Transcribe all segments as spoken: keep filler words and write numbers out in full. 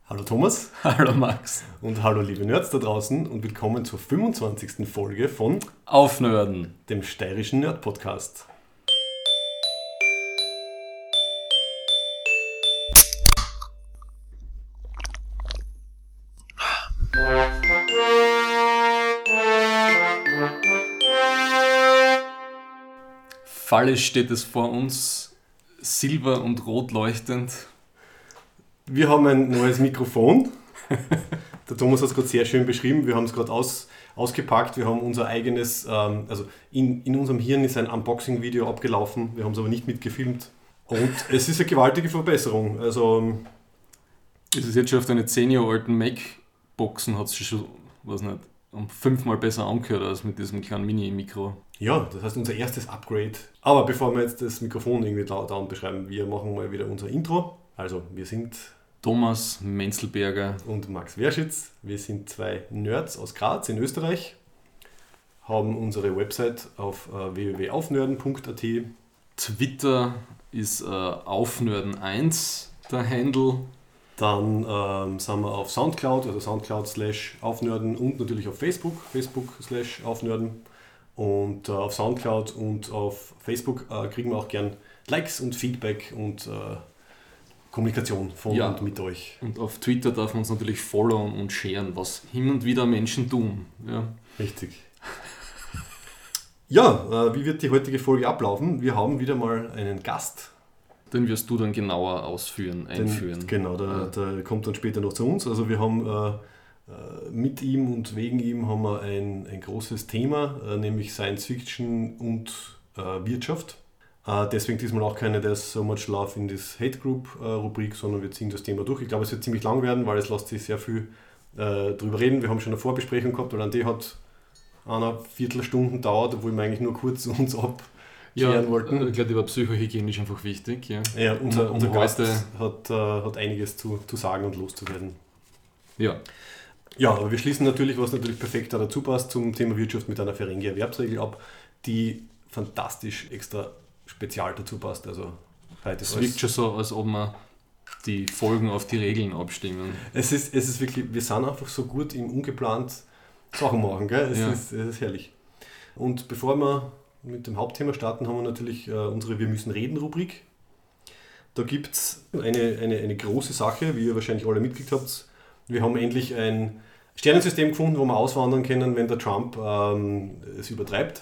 Hallo Thomas. Hallo Max. Und hallo liebe Nerds da draußen und willkommen zur fünfundzwanzigsten Folge von Aufnörden, dem steirischen Nerd-Podcast. Fallisch steht es vor uns, silber und rot leuchtend. Wir haben ein neues Mikrofon. Der Thomas hat es gerade sehr schön beschrieben. Wir haben es gerade aus, ausgepackt. Wir haben unser eigenes, ähm, also in, in unserem Hirn ist ein Unboxing-Video abgelaufen. Wir haben es aber nicht mitgefilmt. Und es ist eine gewaltige Verbesserung. Also, Es ist jetzt schon auf deine zehn Jahre alten Mac-Boxen, hat es schon, weiß nicht, um fünfmal besser angehört als mit diesem kleinen Mini-Mikro. ja, das heißt unser erstes Upgrade. Aber bevor wir jetzt das Mikrofon irgendwie dauernd beschreiben, wir machen mal wieder unser Intro. Also, wir sind Thomas Menzelberger und Max Werschitz. Wir sind zwei Nerds aus Graz in Österreich, haben unsere Website auf äh, w w w punkt aufnörden punkt a t. Twitter ist äh, Aufnörden eins der Handle. Dann ähm, sind wir auf Soundcloud, also Soundcloud slash Aufnörden und natürlich auf Facebook, Facebook slash Aufnörden. Und äh, auf Soundcloud und auf Facebook äh, kriegen wir auch gern Likes und Feedback und äh, Kommunikation von Ja. und mit euch. Und auf Twitter darf man uns natürlich followen und sharen, was hin und wieder Menschen tun. Ja. Richtig. Ja, äh, wie wird die heutige Folge ablaufen? Wir haben wieder mal einen Gast. Den wirst du dann genauer ausführen, einführen. Den, genau, der, der kommt dann später noch zu uns. Also wir haben äh, äh, mit ihm und wegen ihm haben wir ein, ein großes Thema, äh, nämlich Science Fiction und äh, Wirtschaft. Äh, deswegen diesmal auch keine There's so much love in this Hate Group äh, Rubrik, sondern wir ziehen das Thema durch. Ich glaube, es wird ziemlich lang werden, weil es lässt sich sehr viel äh, drüber reden. Wir haben schon eine Vorbesprechung gehabt, weil an die hat eine Viertelstunde dauert, obwohl wir eigentlich nur kurz uns abklären Ja, wollten. ich glaube, die war psychohygienisch einfach wichtig. Ja, Ja, unser, Um- unser um Gast heute- hat, äh, hat einiges zu, zu sagen und loszuwerden. ja. Ja, aber wir schließen natürlich, was natürlich perfekt da dazu passt, zum Thema Wirtschaft mit einer Ferengi-Erwerbsregel ab, die fantastisch extra spezial dazu passt. Also heute Es ist wirkt schon so, als ob wir die Folgen auf die Regeln abstimmen. es ist, es ist wirklich, wir sind einfach so gut im ungeplant Sachen machen, gell? Es, Ja. ist, es ist herrlich. Und bevor wir mit dem Hauptthema starten, haben wir natürlich äh, unsere Wir müssen reden Rubrik. Da gibt es eine, eine, eine große Sache, wie ihr wahrscheinlich alle mitgekriegt habt. Wir haben endlich ein Sternensystem gefunden, wo wir auswandern können, wenn der Trump ähm, es übertreibt.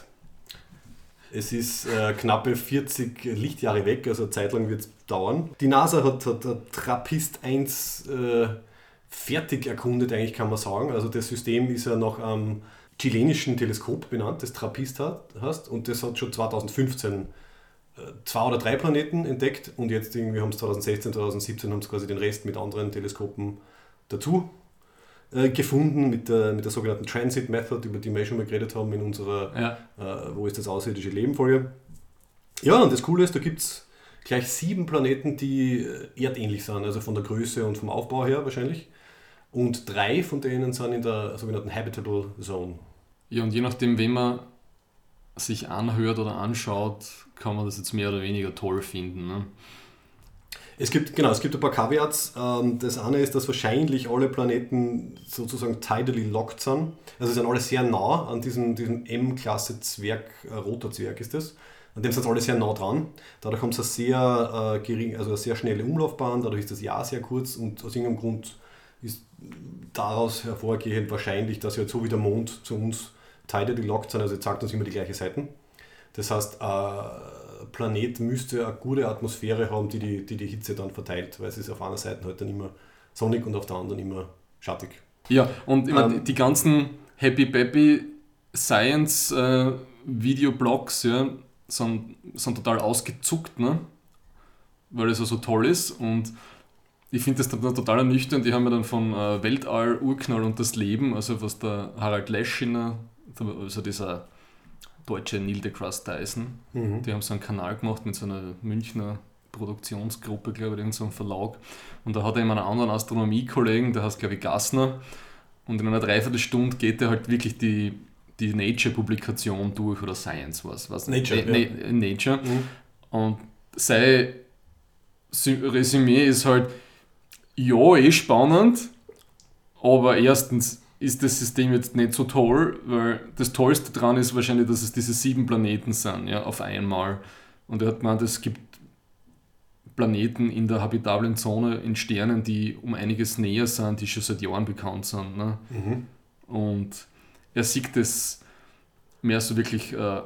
Es ist äh, knappe vierzig Lichtjahre weg, also eine Zeit lang wird es dauern. Die NASA hat, hat, hat TRAPPIST eins äh, fertig erkundet, eigentlich kann man sagen. Also das System ist ja nach einem chilenischen Teleskop benannt, das TRAPPIST hat, hast, und das hat schon zweitausendfünfzehn äh, zwei oder drei Planeten entdeckt und jetzt irgendwie haben es zweitausendsechzehn, zweitausendsiebzehn haben sie quasi den Rest mit anderen Teleskopen dazu äh, gefunden, mit der, mit der sogenannten Transit Method, über die wir eh schon mal geredet haben in unserer Ja. äh, Wo ist das außerirdische Leben Folge. Ja, und das Coole ist, da gibt es gleich sieben Planeten, die äh, erdähnlich sind, also von der Größe und vom Aufbau her wahrscheinlich. Und drei von denen sind in der sogenannten Habitable Zone. Ja, und je nachdem, wen man sich anhört oder anschaut, kann man das jetzt mehr oder weniger toll finden. Ne? Es gibt, genau, es gibt ein paar Caveats. Ähm, Das eine ist, dass wahrscheinlich alle Planeten sozusagen tidally locked sind. Also sie sind alle sehr nah an diesem, diesem M-Klasse Zwerg, äh, roter Zwerg ist das. An dem sind sie alle sehr nah dran. Dadurch haben sie eine sehr, äh, gering, also eine sehr schnelle Umlaufbahn, dadurch ist das Jahr sehr kurz und aus irgendeinem Grund ist daraus hervorgehend wahrscheinlich, dass sie halt so wie der Mond zu uns tidally locked sind, also jetzt sagt uns immer die gleiche Seiten. Das heißt, ein Planet müsste eine gute Atmosphäre haben, die die, die die Hitze dann verteilt, weil es ist auf einer Seite halt dann immer sonnig und auf der anderen immer schattig. Ja, und ich meine, Ähm, die ganzen Happy Peppy Science äh, Videoblogs ja, sind, sind total ausgezuckt, ne? Weil es ja so toll ist und ich finde das dann total ernüchternd. Die haben ja dann von äh, Weltall, Urknall und das Leben, also was der Harald Leschiner, also dieser deutsche Neil deGrasse Tyson, Mhm. die haben so einen Kanal gemacht mit so einer Münchner Produktionsgruppe, glaube ich, irgendein so ein Verlag. Und da hat er eben einen anderen Astronomiekollegen, der heißt, glaube ich, Gassner. Und in einer Dreiviertelstunde geht er halt wirklich die, die Nature-Publikation durch oder Science, was, was Nature, Na, ja. Na, Nature. Mhm. Und sein Resümee ist halt, Ja, eh spannend, aber erstens ist das System jetzt nicht so toll, weil das Tollste daran ist wahrscheinlich, dass es diese sieben Planeten sind, ja, auf einmal. Und er hat gemeint, es gibt Planeten in der habitablen Zone, in Sternen, die um einiges näher sind, die schon seit Jahren bekannt sind. Ne? Mhm. Und er sieht das mehr so wirklich äh,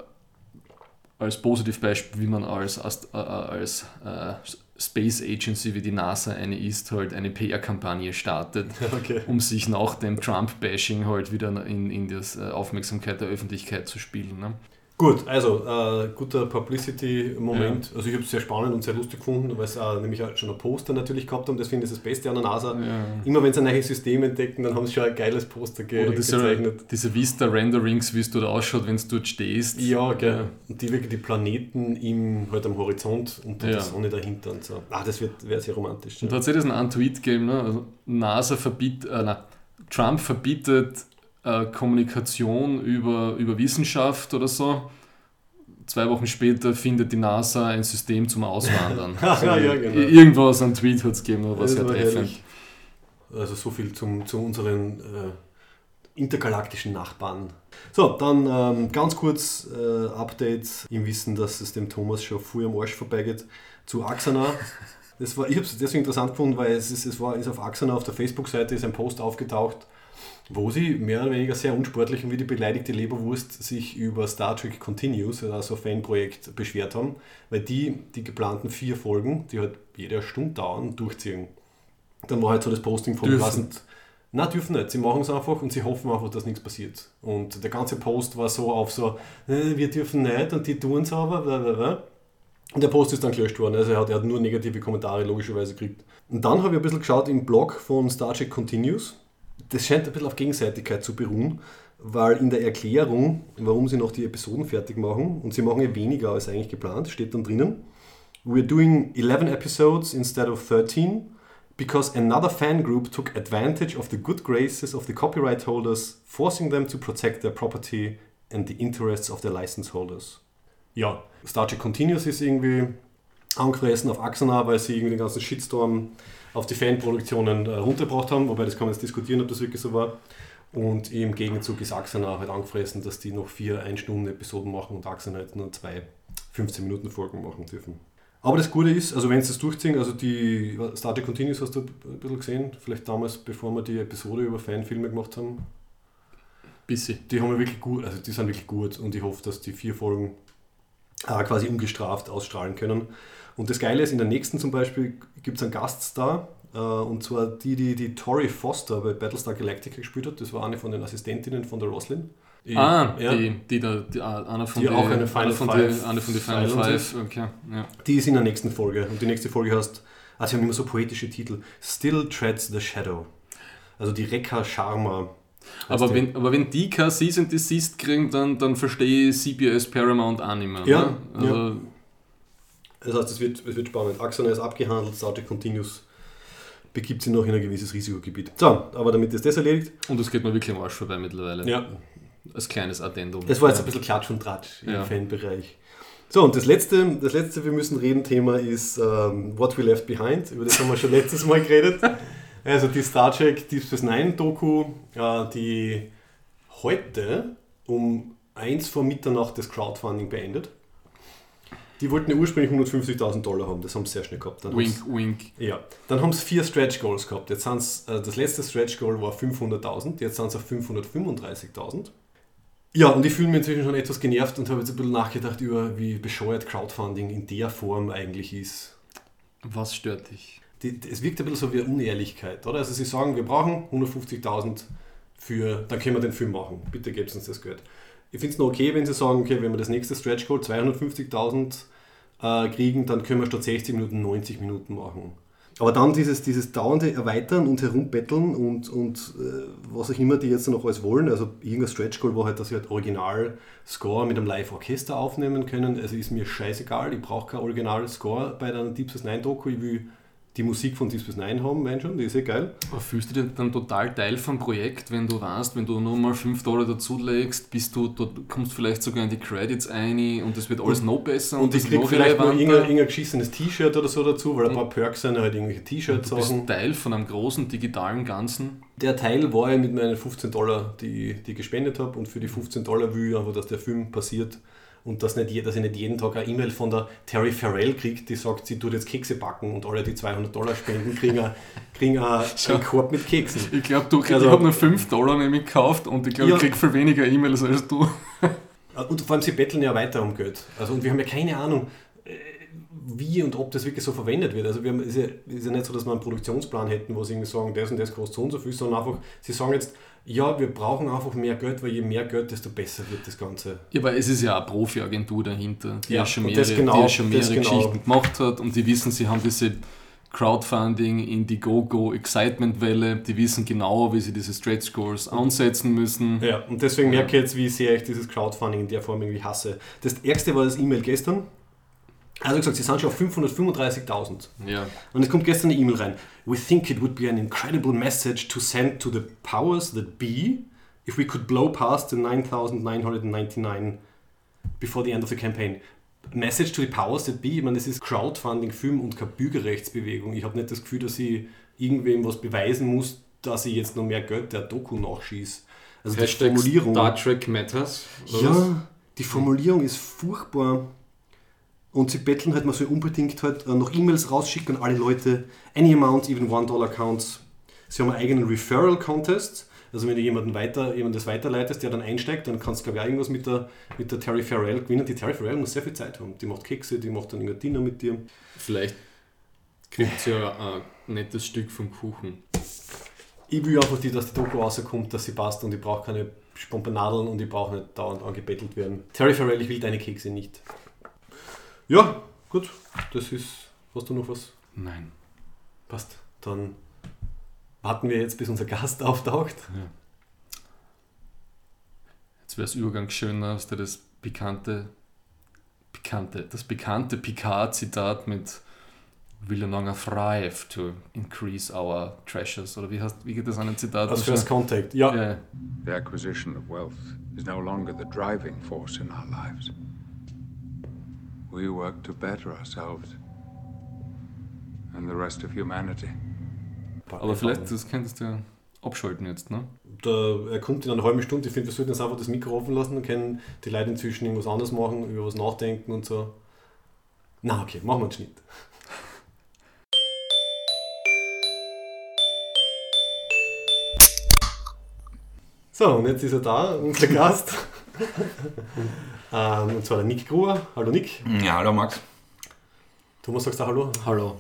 als Positivbeispiel, wie man als, als, äh, als äh, Space Agency wie die NASA eine ist, halt eine P R-Kampagne startet, Okay. um sich nach dem Trump-Bashing halt wieder in, in die Aufmerksamkeit der Öffentlichkeit zu spielen. Ne? Gut, also äh, guter Publicity-Moment. Ja. Also ich habe es sehr spannend und sehr lustig gefunden, weil es äh, nämlich auch schon ein Poster natürlich gehabt haben. Das finde ich das Beste an der NASA. Ja. Immer wenn sie ein neues System entdecken, dann haben sie schon ein geiles Poster ge- Oder diese, gezeichnet. diese Vista-Renderings, wie es dort ausschaut, wenn du dort stehst. Ja, gell. Ja. Und die wirklich die Planeten im, halt am Horizont und dann ja. die Sonne dahinter und so. Ah, das wäre sehr romantisch. Und da hat es ja einen Tweet gegeben, ne? Also NASA verbietet, äh, nein, Trump verbietet äh, Kommunikation über, über Wissenschaft oder so. Zwei Wochen später findet die NASA ein System zum Auswandern. Also ja, ja, genau. Irgendwas an Tweet hat es gegeben, aber was sehr treffend. Also so viel zum, zu unseren äh, intergalaktischen Nachbarn. So, dann ähm, ganz kurz äh, Updates im Wissen, dass es dem Thomas schon früh am Arsch vorbeigeht, zu Axana. Das war, ich habe es deswegen interessant gefunden, weil es ist, es war, ist auf Axana auf der Facebook-Seite ist ein Post aufgetaucht, wo sie mehr oder weniger sehr unsportlich und wie die beleidigte Leberwurst sich über Star Trek Continues, also ein Fanprojekt, beschwert haben, weil die die geplanten vier Folgen, die halt jede Stunde dauern, durchziehen. Dann war halt so das Posting von Dürfen. Nein, dürfen nicht. Sie machen es einfach und sie hoffen einfach, dass nichts passiert. Und der ganze Post war so auf so, äh, wir dürfen nicht und die tun es aber, blablabla. Und der Post ist dann gelöscht worden. Also er hat, er hat nur negative Kommentare logischerweise gekriegt. Und dann habe ich ein bisschen geschaut im Blog von Star Trek Continues. Das scheint ein bisschen auf Gegenseitigkeit zu beruhen, weil in der Erklärung, warum sie noch die Episoden fertig machen, und sie machen ja weniger als eigentlich geplant, steht dann drinnen, we're doing eleven episodes instead of thirteen, because another fan group took advantage of the good graces of the copyright holders, forcing them to protect their property and the interests of their license holders. Ja, Star Trek Continues ist irgendwie angefressen auf Axana, weil sie irgendwie den ganzen Shitstorm auf die Fanproduktionen äh, runtergebracht haben, wobei das kann man jetzt diskutieren, ob das wirklich so war. Und im Gegenzug ist Axana halt angefressen, dass die noch vier ein-Stunden-Episoden machen und Axana halt nur zwei fünfzehn-Minuten-Folgen machen dürfen. Aber das Gute ist, also wenn sie es durchziehen, also die Star Trek Continues hast du ein bisschen gesehen, vielleicht damals, bevor wir die Episode über Fanfilme gemacht haben. Bisschen. Die haben wir wirklich gut, also die sind wirklich gut und ich hoffe, dass die vier Folgen äh, quasi ungestraft ausstrahlen können. Und das Geile ist, in der nächsten zum Beispiel gibt es einen Gaststar, äh, und zwar die, die die Tori Foster bei Battlestar Galactica gespielt hat. Das war eine von den Assistentinnen von der Roslyn. Die, ah, ja, die, die da, die, einer von die die, auch eine Final eine von Five, die, eine von den Final Five, okay, ja. Die ist in der nächsten Folge. Und die nächste Folge heißt, also sie haben immer so poetische Titel, Still Treads the Shadow. Also die Rekha Sharma. Aber wenn, aber wenn die kein Cease and Desist kriegen, dann, dann verstehe ich C B S Paramount auch nicht mehr. Ja, ne? Also ja. Das heißt, es wird, es wird spannend. Axana ist abgehandelt, Star Trek Continues begibt sich noch in ein gewisses Risikogebiet. So, aber damit ist das erledigt. Und es geht mir wirklich am Arsch vorbei mittlerweile. Ja. Als kleines Addendum. Das war jetzt ein bisschen Klatsch und Tratsch im ja. Fanbereich. So, und das letzte, das letzte, wir müssen reden, Thema ist um, What We Left Behind. Über das haben wir schon letztes Mal geredet. Also die Star Trek Deep Space Nine Doku, äh, die heute um eins vor Mitternacht das Crowdfunding beendet. Die wollten ja ursprünglich hundertfünfzigtausend Dollar haben, das haben sie sehr schnell gehabt. Dann wink, wink. Ja, dann haben sie vier Stretch Goals gehabt. Jetzt sind's, äh, das letzte Stretch Goal war fünfhunderttausend, jetzt sind sie auf fünfhundertfünfunddreißigtausend. Ja, und ich fühle mich inzwischen schon etwas genervt und habe jetzt ein bisschen nachgedacht über, wie bescheuert Crowdfunding in der Form eigentlich ist. Was stört dich? Die, es wirkt ein bisschen so wie eine Unehrlichkeit, oder? Also sie sagen, wir brauchen hundertfünfzigtausend für, dann können wir den Film machen. Bitte gebt uns das Geld. Ich finde es noch okay, wenn sie sagen, okay, wenn wir das nächste Stretch Goal zweihundertfünfzigtausend äh, kriegen, dann können wir statt sechzig Minuten neunzig Minuten machen. Aber dann dieses, dieses dauernde Erweitern und Herumbetteln und, und äh, was auch immer die jetzt noch alles wollen, also irgendein Stretch Goal war halt, dass sie halt Original-Score mit einem Live-Orchester aufnehmen können, also ist mir scheißegal, ich brauche kein Original-Score bei einer Deep Space Nine Doku, ich will die Musik von Deep Space Nine haben, mein schon, die ist eh geil. Aber fühlst du dich dann total Teil vom Projekt, wenn du weißt, wenn du nur mal fünf Dollar dazulegst, bist du, du kommst vielleicht sogar in die Credits ein und es wird alles und, noch besser. Und, und ich krieg noch vielleicht noch relevanter. irgendein, irgendein geschissenes T-Shirt oder so dazu, weil ein paar Perks sind halt irgendwelche T-Shirts. Du bist Teil von einem großen digitalen Ganzen. Der Teil war ja mit meinen fünfzehn Dollar, die, die ich gespendet habe, und für die fünfzehn Dollar will ich einfach, dass der Film passiert. Und dass, nicht, dass ich nicht jeden Tag eine E-Mail von der Terry Farrell kriege, die sagt, sie tut jetzt Kekse backen, und alle, die zweihundert Dollar spenden, kriegen, a, kriegen a, einen Korb mit Keksen. Ich glaube, du also, ich habe nur fünf Dollar nämlich gekauft und ich glaube, ja, ich kriege viel weniger E-Mails als du. Und vor allem, sie betteln ja weiter um Geld. Also, und wir haben ja keine Ahnung, wie und ob das wirklich so verwendet wird. Also wir haben, es ist ja, ist ja nicht so, dass wir einen Produktionsplan hätten, wo sie irgendwie sagen, das und das kostet so und so viel, sondern einfach, sie sagen jetzt, ja, wir brauchen einfach mehr Geld, weil je mehr Geld, desto besser wird das Ganze. Ja, aber es ist ja eine Profi-Agentur dahinter, die ja, ja schon mehrere, genau, die ja schon mehrere Geschichten genau. gemacht hat, und die wissen, sie haben diese Crowdfunding, Indiegogo, Excitement-Welle, die wissen genau, wie sie diese Stretch Goals ansetzen müssen. Ja, und deswegen merke ich jetzt, wie sehr ich dieses Crowdfunding in der Form irgendwie hasse. Das erste war das E-Mail gestern. Also gesagt, sie sind schon auf fünfhundertfünfunddreißigtausend. Ja. Und es kommt gestern eine E-Mail rein. We think it would be an incredible message to send to the powers that be if we could blow past the nine thousand nine hundred ninety-nine before the end of the campaign. Message to the powers that be, ich meine, das ist Crowdfunding, Film und keine Bürgerrechtsbewegung. Ich habe nicht das Gefühl, dass ich irgendwem was beweisen muss, dass ich jetzt noch mehr Geld der Doku nachschieße. Also die Formulierung, Star Trek Matters? Ja, was? Die Formulierung ist furchtbar. Und sie betteln halt mal so unbedingt halt noch E-Mails rausschicken an alle Leute. Any amount, even one dollar counts. Sie haben einen eigenen Referral-Contest. Also wenn du jemanden weiter, jemand das weiterleitest, der dann einsteigt, dann kannst du glaube ich auch irgendwas mit der, mit der Terry Farrell gewinnen. Die Terry Farrell muss sehr viel Zeit haben. Die macht Kekse, die macht dann irgendein Dinner mit dir. Vielleicht kriegt sie ja ein nettes Stück vom Kuchen. Ich will einfach, die, dass die Doku rauskommt, dass sie passt, und ich brauche keine Spompenadeln und ich brauche nicht dauernd angebettelt werden. Terry Farrell, ich will deine Kekse nicht. Ja, gut. Das ist... Hast du noch was? Nein. Passt. Dann warten wir jetzt, bis unser Gast auftaucht. Ja. Jetzt wäre es Übergang schöner, dass du das pikante, pikante, das bekannte Picard-Zitat mit "Will no longer thrive to increase our treasures", oder wie, heißt, wie geht das an ein Zitat? Als First Contact, ja. Yeah. The acquisition of wealth is no longer the driving force in our lives. We work to better ourselves and the rest of humanity. Aber vielleicht, das könntest du ja abschalten jetzt, ne? Da, er kommt in einer halben Stunde. Ich finde, wir sollten jetzt einfach das Mikro offen lassen, dann können die Leute inzwischen irgendwas anderes machen, über was nachdenken und so. Na okay, machen wir einen Schnitt. So, und jetzt ist er da, unser Gast. ähm, und zwar der Nick Gruber. Hallo Nick. Ja, hallo Max. Thomas, sagst du Hallo? Hallo.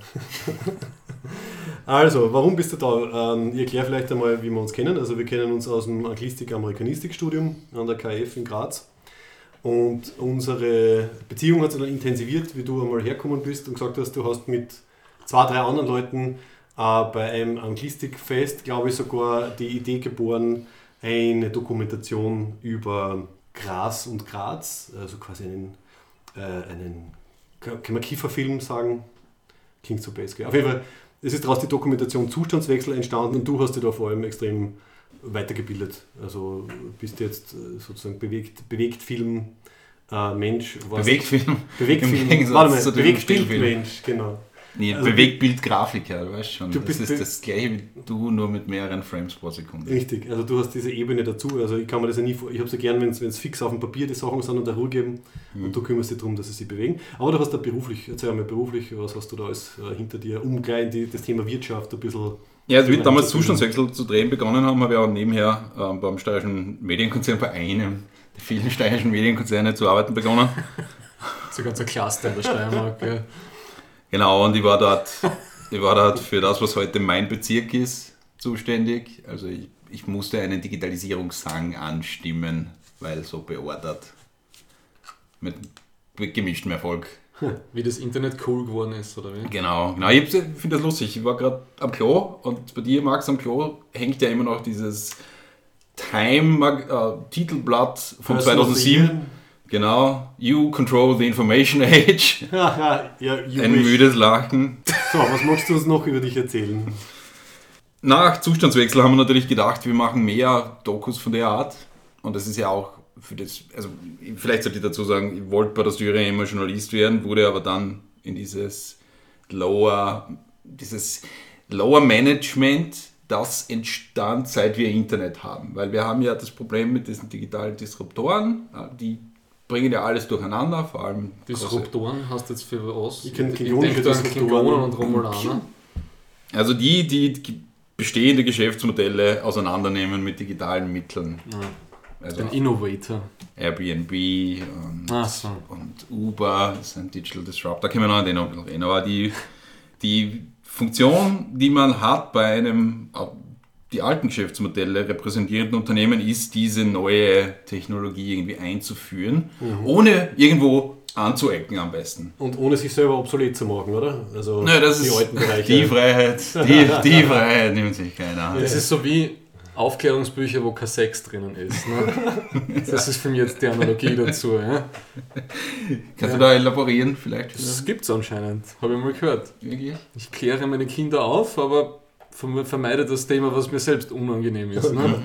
Also, warum bist du da? Ähm, ich erkläre vielleicht einmal, wie wir uns kennen. Also wir kennen uns aus dem Anglistik-Amerikanistik-Studium an der K F in Graz. Und unsere Beziehung hat sich dann intensiviert, wie du einmal hergekommen bist und gesagt hast, du hast mit zwei, drei anderen Leuten äh, bei einem Anglistikfest, glaube ich, sogar die Idee geboren, eine Dokumentation über Gras und Graz, also quasi einen, äh, einen kann man Kieferfilm sagen? Klingt so best, gell? Auf jeden Fall, es ist daraus die Dokumentation Zustandswechsel entstanden, und du hast dich da vor allem extrem weitergebildet. Also bist jetzt sozusagen bewegt, bewegt Film äh, Mensch. Bewegtfilm? Bewegtfilm, warte mal, bewegt Bildmensch, genau. Nee, also, Bewegtbildgrafiker, du weißt schon. Du das ist das gleiche wie du, nur mit mehreren Frames pro Sekunde. Richtig, also du hast diese Ebene dazu. Also ich kann mir das ja nie vor, ich habe es ja gern, wenn es fix auf dem Papier die Sachen sind und der Ruhe geben, mhm. und du kümmerst dich darum, dass sie sich bewegen. Aber du hast da beruflich, erzähl mal beruflich, was hast du da alles äh, hinter dir, um gleich in die, das Thema Wirtschaft ein bisschen... Ja, als wir damals Zustandswechsel zu drehen begonnen haben, habe ich auch nebenher äh, beim steirischen Medienkonzern, bei einem der vielen steirischen Medienkonzerne zu arbeiten begonnen. So ganz ein Cluster in der Steiermark, ja. Genau, und ich war dort, ich war dort für das, was heute mein Bezirk ist, zuständig. Also ich, ich musste einen Digitalisierungssang anstimmen, weil so beordert. Mit, mit gemischtem Erfolg. Wie das Internet cool geworden ist, oder wie? Genau, genau. Ich finde das lustig. Ich war gerade am Klo, und bei dir, Max, am Klo hängt ja immer noch dieses Time-Titelblatt von zweitausendsieben. Genau, you control the information age. ja, you Ein wish. müdes Lachen. So, was magst du uns noch über dich erzählen? Nach Zustandswechsel haben wir natürlich gedacht, wir machen mehr Dokus von der Art. Und das ist ja auch für das, also vielleicht sollte ich dazu sagen, ich wollte bei der Styria immer Journalist werden, wurde aber dann in dieses Lower, dieses Lower Management, das entstand, seit wir Internet haben. Weil wir haben ja das Problem mit diesen digitalen Disruptoren, die bringen ja alles durcheinander, vor allem... Disruptoren hast du jetzt für was? Ich kenn Ich klingonische denke da an Disruptoren. Klingonen und Romulaner. Also die, die bestehende Geschäftsmodelle auseinandernehmen mit digitalen Mitteln. Ja. Also Ein Innovator. Airbnb und, Ach so. und Uber, das ist ein Digital Disruptor, da können wir noch an den noch ein bisschen reden. Aber die, die Funktion, die man hat bei einem die alten Geschäftsmodelle repräsentierenden Unternehmen, ist diese neue Technologie irgendwie einzuführen, mhm. ohne irgendwo anzuecken am besten. Und ohne sich selber obsolet zu machen, oder? Also Nö, das die ist alten Bereiche. Die Freiheit, die, die Freiheit nimmt sich keiner. Das ist so wie Aufklärungsbücher, wo kein Sex drinnen ist. Ne? Das ist für mich jetzt die Analogie dazu. Ja? Kannst ja. du da elaborieren vielleicht? Das gibt es anscheinend, habe ich mal gehört. Wirklich? Ich kläre meine Kinder auf, aber vermeide das Thema, was mir selbst unangenehm ist. Ne?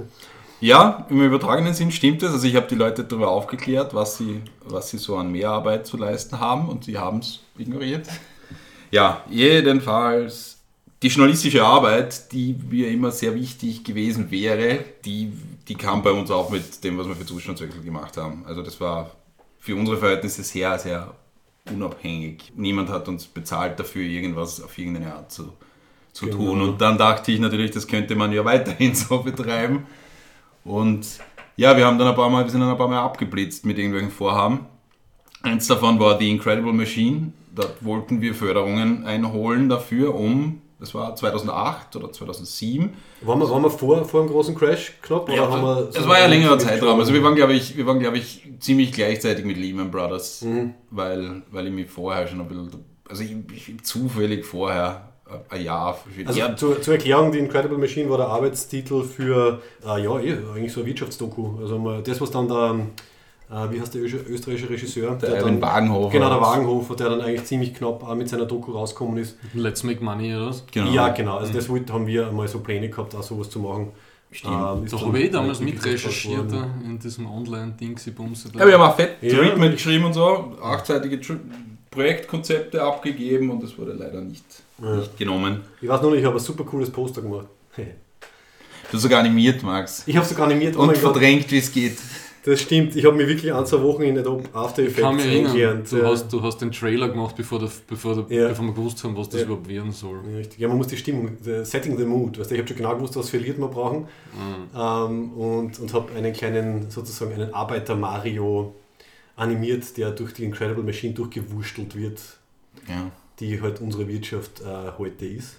Ja, im übertragenen Sinn stimmt es. Also ich habe die Leute darüber aufgeklärt, was sie, was sie so an Mehrarbeit zu leisten haben und sie haben es ignoriert. Ja, jedenfalls die journalistische Arbeit, die mir immer sehr wichtig gewesen wäre, die, die kam bei uns auch mit dem, was wir für Zustandswechsel gemacht haben. Also das war für unsere Verhältnisse sehr, sehr unabhängig. Niemand hat uns bezahlt dafür, irgendwas auf irgendeine Art zu, zu genau. tun. Und dann dachte ich natürlich, das könnte man ja weiterhin so betreiben. Und ja, wir haben dann ein paar Mal, wir sind dann ein paar Mal abgeblitzt mit irgendwelchen Vorhaben. Eins davon war die Incredible Machine. Dort wollten wir Förderungen einholen dafür, um, das war zweitausendacht oder zweitausendsieben. Waren wir, waren wir vor, vor dem großen Crash knapp? Ja, haben wir so es war ja ein längerer Zeitraum. Also wir waren, glaube ich, wir waren, glaube ich, ziemlich gleichzeitig mit Lehman Brothers, mhm. weil, weil ich mich vorher schon ein bisschen, also ich, ich zufällig vorher ein Jahr. Also ja. zur, zur Erklärung, die Incredible Machine war der Arbeitstitel für, äh, ja, eh, eigentlich so ein Wirtschaftsdoku. Also mal das, was dann der, äh, wie heißt der österreichische Regisseur? Der, der dann, Wagenhofer. Genau, der Wagenhofer, der dann eigentlich ziemlich knapp auch mit seiner Doku rausgekommen ist. Let's Make Money, oder was? Genau. Ja, genau. Also das haben wir mal so Pläne gehabt, auch sowas zu machen. Stimmt. Ähm, da habe ich damals mit recherchiert in diesem Online-Ding-Bums. Ja, wir haben auch fett ja. Treatment geschrieben und so, achtseitige Projektkonzepte abgegeben und das wurde leider nicht, ja. nicht genommen. Ich weiß noch nicht, ich habe ein super cooles Poster gemacht. Du hast sogar animiert, Max. Ich habe sogar animiert. Oh und verdrängt, wie es geht. Das stimmt, ich habe mich wirklich ein, zwei Wochen in Adobe After Effects eingelernt. Du, ja. hast, du hast den Trailer gemacht, bevor, der, bevor, der, ja. bevor wir gewusst haben, was das ja. überhaupt werden soll. Ja, richtig. Ja, man muss die Stimmung, the setting the mood. Weißt du, ich habe schon genau gewusst, was für Lied wir brauchen. Mhm. Ähm, und und habe einen kleinen, sozusagen einen Arbeiter-Mario animiert, der durch die Incredible Machine durchgewurschtelt wird, ja. die halt unsere Wirtschaft äh, heute ist.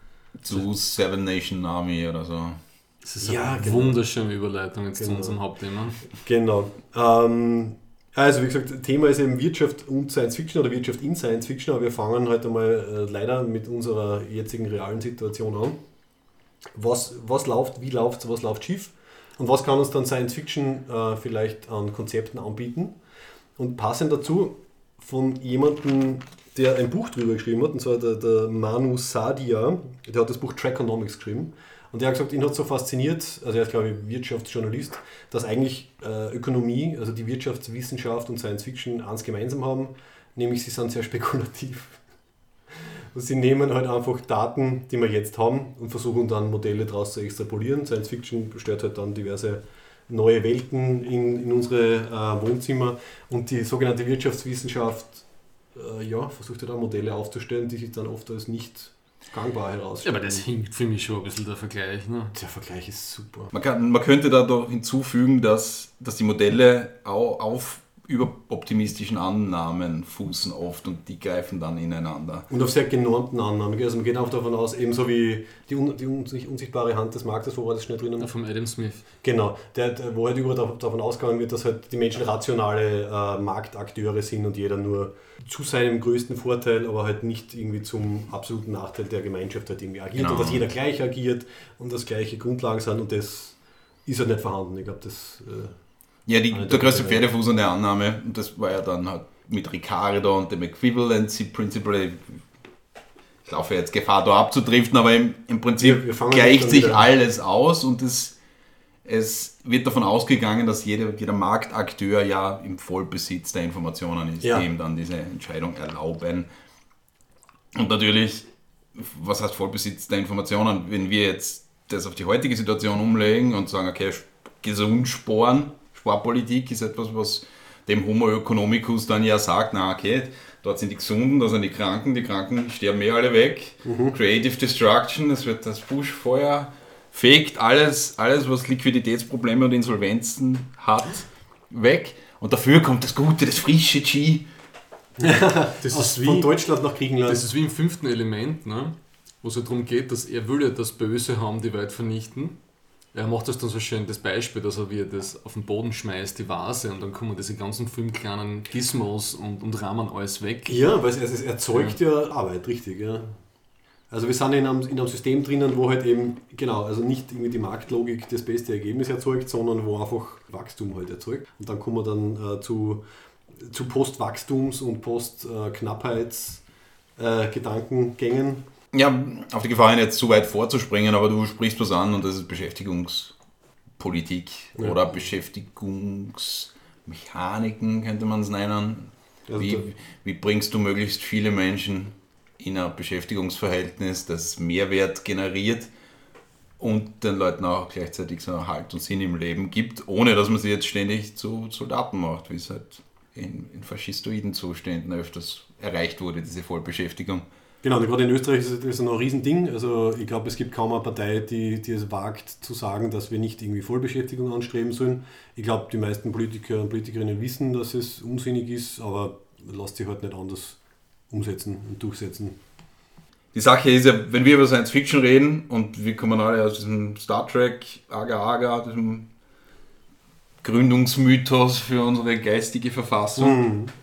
Zu Seven Nation Army oder so. Das ist ja, eine genau. wunderschöne Überleitung jetzt genau. zu unserem Hauptthema. Genau. Ähm, also wie gesagt, Thema ist eben Wirtschaft und Science Fiction oder Wirtschaft in Science Fiction, aber wir fangen heute mal äh, leider mit unserer jetzigen realen Situation an. Was, was läuft, wie läuft was läuft schief und was kann uns dann Science Fiction äh, vielleicht an Konzepten anbieten? Und passend dazu von jemandem, der ein Buch drüber geschrieben hat, und zwar der, der Manu Sadia, der hat das Buch Trackonomics geschrieben. Und der hat gesagt, ihn hat so fasziniert, also er ist glaube ich Wirtschaftsjournalist, dass eigentlich äh, Ökonomie, also die Wirtschaftswissenschaft und Science Fiction eins gemeinsam haben, nämlich sie sind sehr spekulativ. Also sie nehmen halt einfach Daten, die wir jetzt haben und versuchen dann Modelle daraus zu extrapolieren. Science Fiction stellt halt dann diverse neue Welten in, in unsere äh, Wohnzimmer und die sogenannte Wirtschaftswissenschaft äh, ja, versucht halt auch Modelle aufzustellen, die sich dann oft als nicht gangbar herausstellen. Ja, aber das hinkt für mich schon ein bisschen der Vergleich. Ne? Der Vergleich ist super. Man, kann, man könnte da doch hinzufügen, dass, dass die Modelle auch auf überoptimistischen Annahmen fußen oft und die greifen dann ineinander. Und auf sehr genormten Annahmen. Also man geht auch davon aus, ebenso wie die, un, die unsichtbare Hand des Marktes, wo war das schnell drinnen? Ja, vom Adam Smith. Genau, der, der, wo halt überall davon ausgegangen wird, dass halt die Menschen rationale äh, Marktakteure sind und jeder nur zu seinem größten Vorteil, aber halt nicht irgendwie zum absoluten Nachteil der Gemeinschaft halt irgendwie agiert. Genau. Und dass jeder gleich agiert und das gleiche Grundlagen sind und das ist halt nicht vorhanden. Ich glaube, das... Äh, Ja, die, Eine der größte Pferde- Pferdefuß an der Annahme, und das war ja dann halt mit Ricardo und dem Equivalency Principle. Ich laufe jetzt Gefahr, da abzudriften, aber im, im Prinzip Wir- wir fangen gleicht dann sich wieder- alles aus und es, es wird davon ausgegangen, dass jeder, jeder Marktakteur ja im Vollbesitz der Informationen ist, Ja. die ihm dann diese Entscheidung erlauben. Und natürlich, was heißt Vollbesitz der Informationen? Wenn wir jetzt das auf die heutige Situation umlegen und sagen, okay, gesund sparen, Sparpolitik ist etwas, was dem Homo economicus dann ja sagt, na okay, dort sind die Gesunden, da sind die Kranken, die Kranken sterben eh alle weg. Mhm. Creative Destruction, es wird das Buschfeuer, fegt alles, alles, was Liquiditätsprobleme und Insolvenzen hat, weg. Und dafür kommt das Gute, das frische G. Das Aus, ist von wie, Deutschland nach Griechenland. das ist wie im fünften Element, ne? Wo es ja darum geht, dass er will ja das Böse haben, die Welt vernichten. Er macht das dann so schön, das Beispiel, dass er wie das auf den Boden schmeißt, die Vase, und dann kommen diese ganzen fünf kleinen Gizmos und, und rahmen alles weg. Ja, weil es, es erzeugt ja. Arbeit, richtig, ja. Also wir sind in einem, in einem System drinnen, wo halt eben, genau, also nicht irgendwie die Marktlogik das beste Ergebnis erzeugt, sondern wo einfach Wachstum halt erzeugt. Und dann kommen wir dann äh, zu, zu Postwachstums- und Postknappheitsgedankengängen. Ja, auf die Gefahr hin, jetzt zu weit vorzuspringen, aber du sprichst was an und das ist Beschäftigungspolitik Ja. oder Beschäftigungsmechaniken, könnte man es nennen. Also Wie, da- wie bringst du möglichst viele Menschen in ein Beschäftigungsverhältnis, das Mehrwert generiert und den Leuten auch gleichzeitig so Halt und Sinn im Leben gibt, ohne dass man sie jetzt ständig zu Soldaten macht, wie es halt in, in faschistoiden Zuständen öfters erreicht wurde, diese Vollbeschäftigung. Genau, und gerade in Österreich ist das noch ein Riesending. Also ich glaube, es gibt kaum eine Partei, die, die es wagt zu sagen, dass wir nicht irgendwie Vollbeschäftigung anstreben sollen. Ich glaube, die meisten Politiker und Politikerinnen wissen, dass es unsinnig ist, aber lässt sich halt nicht anders umsetzen und durchsetzen. Die Sache ist ja, wenn wir über Science Fiction reden und wir kommen alle aus diesem Star Trek, Aga Aga, diesem Gründungsmythos für unsere geistige Verfassung. Mhm.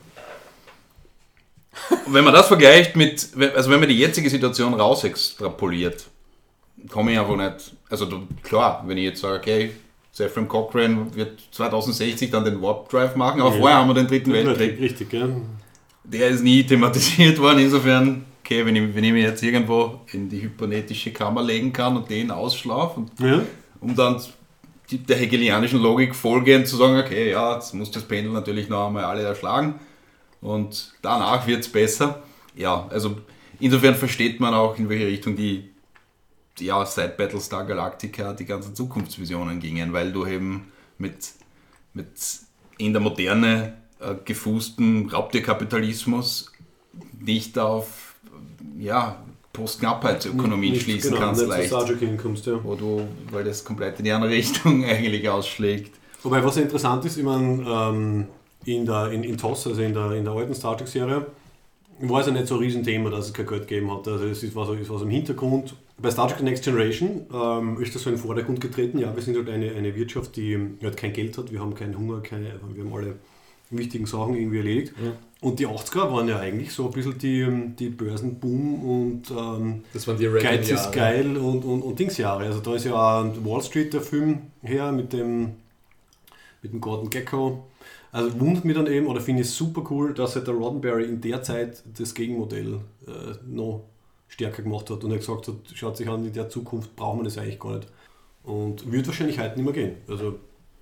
Und wenn man das vergleicht mit, also wenn man die jetzige Situation rausextrapoliert, komme ich einfach nicht, also du, klar, wenn ich jetzt sage, okay, Zefram Cochrane wird zwanzig sechzig dann den Warp Drive machen, aber Ja. vorher haben wir den dritten Weltkrieg. Richtig, ja. Der ist nie thematisiert worden, insofern, okay, wenn ich, wenn ich mich jetzt irgendwo in die hyponetische Kammer legen kann und den ausschlafe, und, Ja. um dann die, der hegelianischen Logik folgend zu sagen, okay, ja, jetzt muss das Pendel natürlich noch einmal alle erschlagen und danach wird es besser. Ja, also insofern versteht man auch, in welche Richtung die, die ja, seit Battlestar Galactica die ganzen Zukunftsvisionen gingen, weil du eben mit, mit in der Moderne äh, gefußten Raubtierkapitalismus nicht auf ja, Postknappheitsökonomie Nicht- schließen genau, kannst nicht leicht. zu Sargent hinkommst, ja. Wo du, weil das komplett in die andere Richtung eigentlich ausschlägt. Wobei, was ja interessant ist, ich meine, ähm, in, der, in, in T O S, also in der, in der alten Star Trek-Serie, war es ja nicht so ein Riesenthema, dass es kein Geld gegeben hat. Also es ist- war so, es war so im Hintergrund. Bei Star Trek The Next Generation ähm, ist das so in den Vordergrund getreten. Ja, wir sind halt eine, eine Wirtschaft, die halt kein Geld hat, wir haben keinen Hunger, keine, wir haben alle wichtigen Sachen irgendwie erledigt. Ja. Und die achtziger waren ja eigentlich so ein bisschen die, die Börsenboom und ähm, Das waren die Geiz ist Reagan-Jahre. geil und, und, und Dingsjahre. Also da ist ja auch Wall Street der Film her mit dem, mit dem Gordon Gekko. Also wundert mich dann eben, oder finde ich es super cool, dass halt der Roddenberry in der Zeit das Gegenmodell äh, noch stärker gemacht hat und er gesagt hat, schaut sich an, in der Zukunft brauchen wir das eigentlich gar nicht. Und wird wahrscheinlich heute nicht mehr gehen. Also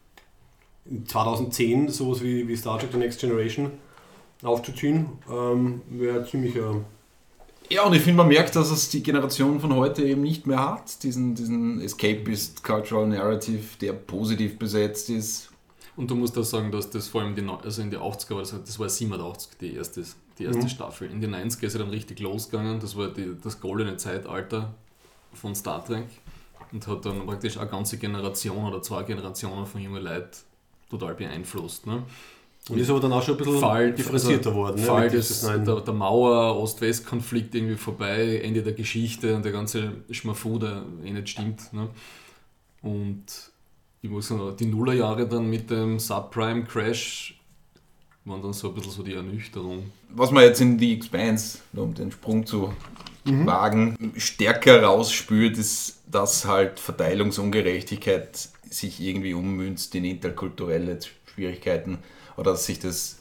in zweitausendzehn sowas wie, wie Star Trek The Next Generation aufzuziehen, ähm, wäre ziemlich ein Ja, und ich finde, man merkt, dass es die Generation von heute eben nicht mehr hat, diesen, diesen Escapist Cultural Narrative, der positiv besetzt ist. Und du musst auch sagen, dass das vor allem die, Neu- also in die achtziger war, das, das war siebenundachtzig die erste, die erste Mhm. Staffel. In den neunziger ist er dann richtig losgegangen, das war die, das goldene Zeitalter von Star Trek und hat dann praktisch eine ganze Generation oder zwei Generationen von jungen Leuten total beeinflusst. Ne? Und ist aber dann auch schon ein bisschen Fall, differenzierter also, worden. Fall mit des, dieses neuen- der, der Mauer, Ost-West-Konflikt irgendwie vorbei, Ende der Geschichte und der ganze Schmafu, der eh nicht stimmt. Ne? Und ich muss sagen, die Nullerjahre dann mit dem Subprime-Crash waren dann so ein bisschen so die Ernüchterung. Was man jetzt in The Expanse, um den Sprung zu wagen, stärker rausspürt, ist, dass halt Verteilungsungerechtigkeit sich irgendwie ummünzt in interkulturelle Schwierigkeiten oder dass sich das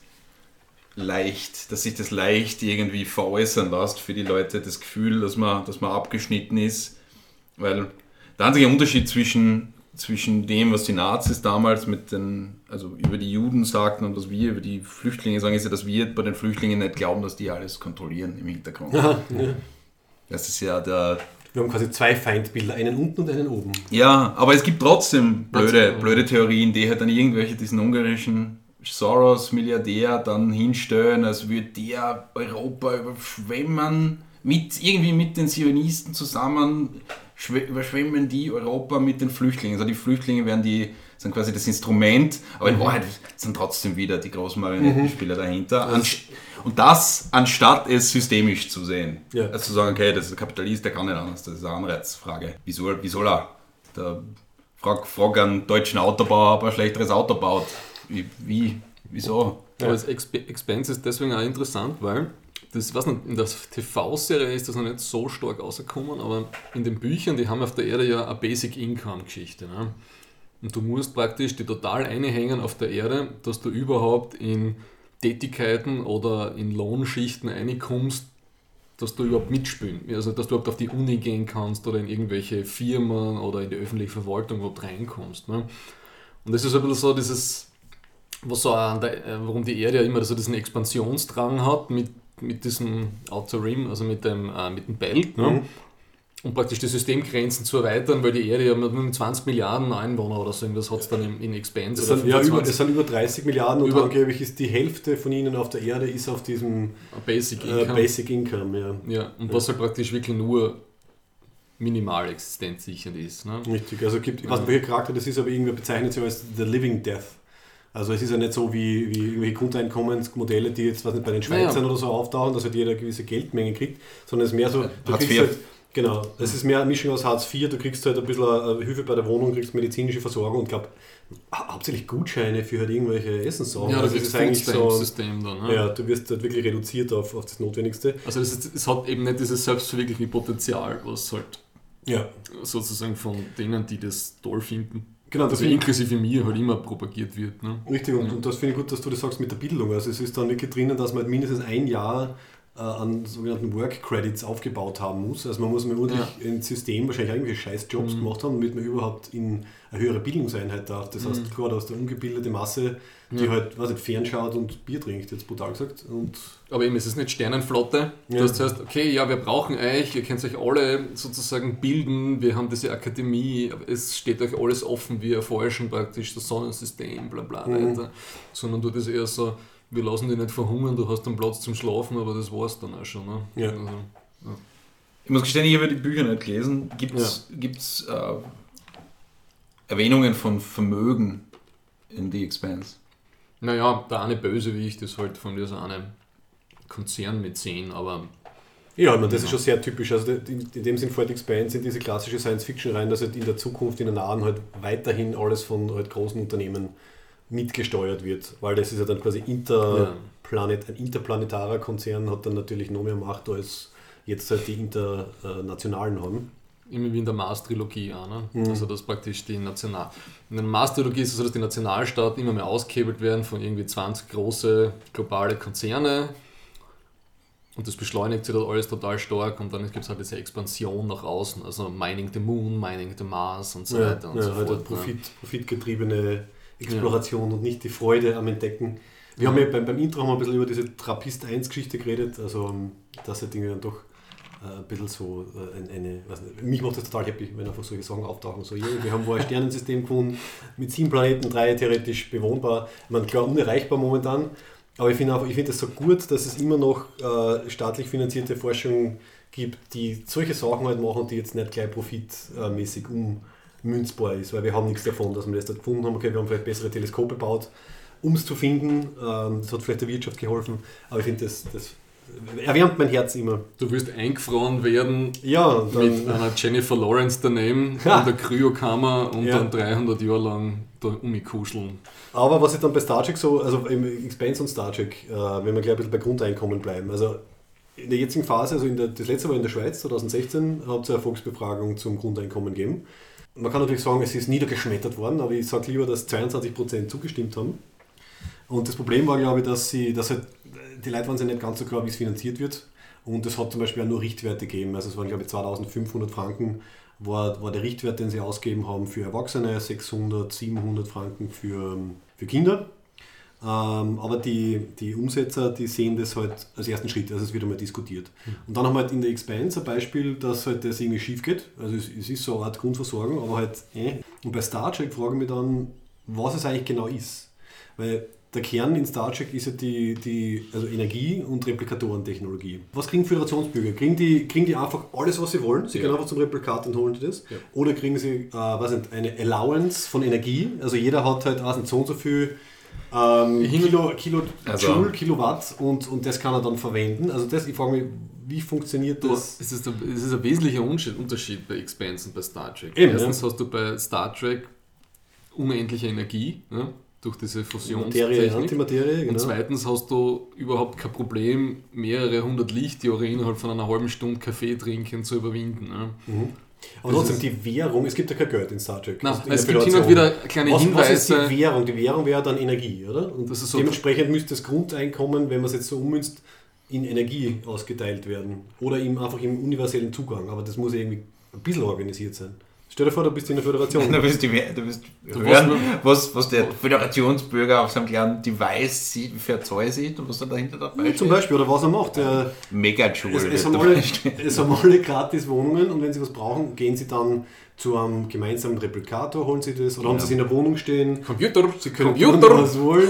leicht, dass sich das leicht irgendwie veräußern lässt für die Leute, das Gefühl, dass man, dass man abgeschnitten ist. Weil der einzige Unterschied zwischen, zwischen dem, was die Nazis damals mit den, also über die Juden sagten und was wir über die Flüchtlinge sagen, ist ja, dass wir bei den Flüchtlingen nicht glauben, dass die alles kontrollieren im Hintergrund. Aha, ja. Das ist ja der... Wir haben quasi zwei Feindbilder, einen unten und einen oben. Ja, aber es gibt trotzdem blöde, blöde Theorien, die halt dann irgendwelche diesen ungarischen Soros-Milliardär dann hinstellen, als würde der Europa überschwemmen, mit, irgendwie mit den Zionisten zusammen überschwemmen die Europa mit den Flüchtlingen. Also die Flüchtlinge werden die, sind quasi das Instrument, aber in Wahrheit sind trotzdem wieder die großen Marionettenspieler mhm. dahinter. Und das, anstatt es systemisch zu sehen. Ja. Also zu sagen, okay, das ist ein Kapitalist, der kann nicht anders, das ist eine Anreizfrage. Wie soll, wie soll er? Der, frag, frag einen deutschen Autobauer, ob er ein schlechteres Auto baut. Wie, wie wieso? Aber das Expense ist deswegen auch interessant, weil das, was nicht, in der T V-Serie ist das noch nicht so stark rausgekommen, aber in den Büchern, die haben auf der Erde ja eine Basic-Income-Geschichte. Ne? Und du musst praktisch die total einhängen auf der Erde, dass du überhaupt in Tätigkeiten oder in Lohnschichten reinkommst, dass du überhaupt mitspielen, also dass du überhaupt auf die Uni gehen kannst oder in irgendwelche Firmen oder in die öffentliche Verwaltung überhaupt reinkommst. Ne? Und das ist ein bisschen so dieses, was so an der, warum die Erde ja immer so diesen Expansionsdrang hat mit, mit diesem Outer Rim, also mit dem, äh, mit dem Belt, ne? Mhm. Um praktisch die Systemgrenzen zu erweitern, weil die Erde ja mit zwanzig Milliarden Einwohner oder so irgendwas hat es dann in, in Expanse. Es sind, ja, über, es sind über dreißig Milliarden und über, angeblich ist die Hälfte von ihnen auf der Erde ist auf diesem Basic äh, Income. Basic Income ja. Ja, und ja. was halt praktisch wirklich nur minimal existenzsichernd ist. Ne? Richtig, also gibt, ich weiß nicht, welcher Charakter das ist, aber irgendwer bezeichnet sich als The Living Death. Also es ist ja nicht so wie, wie irgendwelche Grundeinkommensmodelle, die jetzt was nicht bei den Schweizern ja. oder so auftauchen, dass halt jeder eine gewisse Geldmenge kriegt, sondern es ist mehr so, du Hartz kriegst vier. halt, genau, es ist mehr eine Mischung aus Hartz vier, du kriegst halt ein bisschen Hilfe bei der Wohnung, kriegst medizinische Versorgung und glaube hauptsächlich Gutscheine für halt irgendwelche Essenssachen. Ja, das also ist eigentlich so System dann. Ne? Ja, du wirst halt wirklich reduziert auf, auf das Notwendigste. Also es, ist, es hat eben nicht dieses selbstverwirkliche Potenzial, was halt ja. sozusagen von denen, die das toll finden, genau, das also inklusive mir halt immer propagiert wird. Ne? Richtig, und, ja. und das finde ich gut, dass du das sagst mit der Bildung. Also es ist dann wirklich drinnen, dass man halt mindestens ein Jahr äh, an sogenannten Work Credits aufgebaut haben muss. Also man muss mal ordentlich ja. ins System wahrscheinlich irgendwelche scheiß Jobs mhm. gemacht haben, damit man überhaupt in eine höhere Bildungseinheit darf. Das heißt, mhm. klar, da ist der ungebildete Masse, die ja. halt weiß nicht, fernschaut und Bier trinkt, jetzt brutal gesagt. Und aber eben, es ist nicht Sternenflotte, ja. das heißt, okay, ja, wir brauchen euch, ihr könnt euch alle sozusagen bilden, wir haben diese Akademie, es steht euch alles offen, wir erforschen praktisch das Sonnensystem, bla bla mhm. weiter, sondern du das eher so, wir lassen dich nicht verhungern, du hast einen Platz zum Schlafen, aber das war's dann auch schon. Ne? Ja. Also, ja. Ich muss gestehen, ich habe die Bücher nicht gelesen. Gibt es ja. äh, Erwähnungen von Vermögen in The Expanse? Naja, der eine Bösewicht ist halt von dieser eine Konzernmäzen, aber... Ja, ich meine, das ist schon sehr typisch. Also in, in dem Sinn fällt Expanse in diese klassische Science-Fiction rein, dass halt in der Zukunft, in der nahen halt weiterhin alles von halt großen Unternehmen mitgesteuert wird, weil das ist ja dann quasi Interplanet, ein interplanetarer Konzern hat dann natürlich noch mehr Macht, als jetzt halt die internationalen haben. Immer wie in der Mars-Trilogie auch, ne? Mhm. Also dass praktisch die National... In der Mars-Trilogie ist es so, dass die Nationalstaaten immer mehr ausgehebelt werden von irgendwie zwanzig große globale Konzerne und das beschleunigt sich das alles total stark und dann gibt es halt diese Expansion nach außen, also Mining the Moon, Mining the Mars und so ja, weiter und ja, so halt fort. Profit, Ne? profitgetriebene Exploration ja. und nicht die Freude am Entdecken. Wir ja. haben ja beim, beim Intro haben wir ein bisschen über diese Trappist eins Geschichte geredet, also dass halt Dinge dann doch äh, ein bisschen so äh, eine, eine weiß nicht, mich macht das total happy, wenn einfach solche Sachen auftauchen, so, yeah, wir haben wo ein Sternensystem gefunden, mit sieben Planeten, drei theoretisch bewohnbar, ich meine, klar unerreichbar momentan, aber ich finde auch, ich finde es so gut, dass es immer noch äh, staatlich finanzierte Forschung gibt, die solche Sachen halt machen, die jetzt nicht gleich profitmäßig ummünzbar ist, weil wir haben nichts davon, dass wir das da gefunden haben, okay, wir haben vielleicht bessere Teleskope gebaut, um es zu finden, ähm, das hat vielleicht der Wirtschaft geholfen, aber ich finde, das, das erwärmt mein Herz immer. Du wirst eingefroren werden ja, dann, mit einer Jennifer Lawrence daneben ja. in der Kryokammer und ja. dann dreihundert Jahre lang da umkuscheln. Aber was ich dann bei Star Trek so, also im Expanse und Star Trek, äh, wenn wir gleich ein bisschen bei Grundeinkommen bleiben, also in der jetzigen Phase, also in der, das letzte war in der Schweiz, zwanzig sechzehn, hat es eine Volksbefragung zum Grundeinkommen gegeben. Man kann natürlich sagen, es ist niedergeschmettert worden, aber ich sage lieber, dass zweiundzwanzig Prozent zugestimmt haben. Und das Problem war, glaube ich, dass sie, dass halt, die Leute waren sich nicht ganz so klar, wie es finanziert wird. Und es hat zum Beispiel auch nur Richtwerte gegeben. Also es waren, glaube ich, zweitausendfünfhundert Franken war, war der Richtwert, den sie ausgegeben haben für Erwachsene, sechshundert, siebenhundert Franken für, für Kinder. Ähm, aber die, die Umsetzer, die sehen das halt als ersten Schritt, also es wird einmal diskutiert. Und dann haben wir halt in der Expanse ein Beispiel, dass halt das irgendwie schief geht. Also es, es ist so eine Art Grundversorgung, aber halt eh. Und bei Star Trek frage ich mich dann, was es eigentlich genau ist. Weil der Kern in Star Trek ist ja die, die also Energie- und Replikatorentechnologie. Was kriegen Föderationsbürger? Kriegen die, kriegen die einfach alles, was sie wollen? Sie ja. gehen einfach zum Replikator und holen die das? Ja. Oder kriegen sie äh, was nicht, eine Allowance von Energie? Also jeder hat halt was nicht, so und so viel ähm, Kilo, Kilo also, Joule, Kilowatt und, und das kann er dann verwenden. Also das, ich frage mich, wie funktioniert das? Es ist, ein, es ist ein wesentlicher Unterschied bei Expanse und bei Star Trek. Eben, Erstens ja. hast du bei Star Trek unendliche Energie, ja, durch diese Materie, Fusionstechnik. Antimaterie, genau. Und zweitens hast du überhaupt kein Problem, mehrere hundert Lichtjahre innerhalb von einer halben Stunde Kaffee trinken zu überwinden. Ja. Mhm. Aber das trotzdem, die Währung, es gibt ja kein Geld in Star Trek. Nein, also es gibt hin und wieder kleine was, Hinweise. Was ist die Währung? Die Währung wäre dann Energie, oder? Und das ist so dementsprechend müsste das Grundeinkommen, wenn man es jetzt so ummünzt, in Energie ausgeteilt werden. Oder eben einfach im universellen Zugang. Aber das muss irgendwie ein bisschen organisiert sein. Stell dir vor, du bist in der Föderation. Du wirst, die, du wirst du hören, was, was der Föderationsbürger auf seinem kleinen Device sieht, wie viel Zoll sieht und was da dahinter dabei steht. Zum Beispiel, oder was er macht. Der, Megajoule. Es, es, haben alle, es haben alle gratis Wohnungen und wenn sie was brauchen, gehen sie dann zu einem gemeinsamen Replikator, holen sie das, oder ja. haben sie es in der Wohnung stehen. Computer, sie können Computer. tun, was wollen.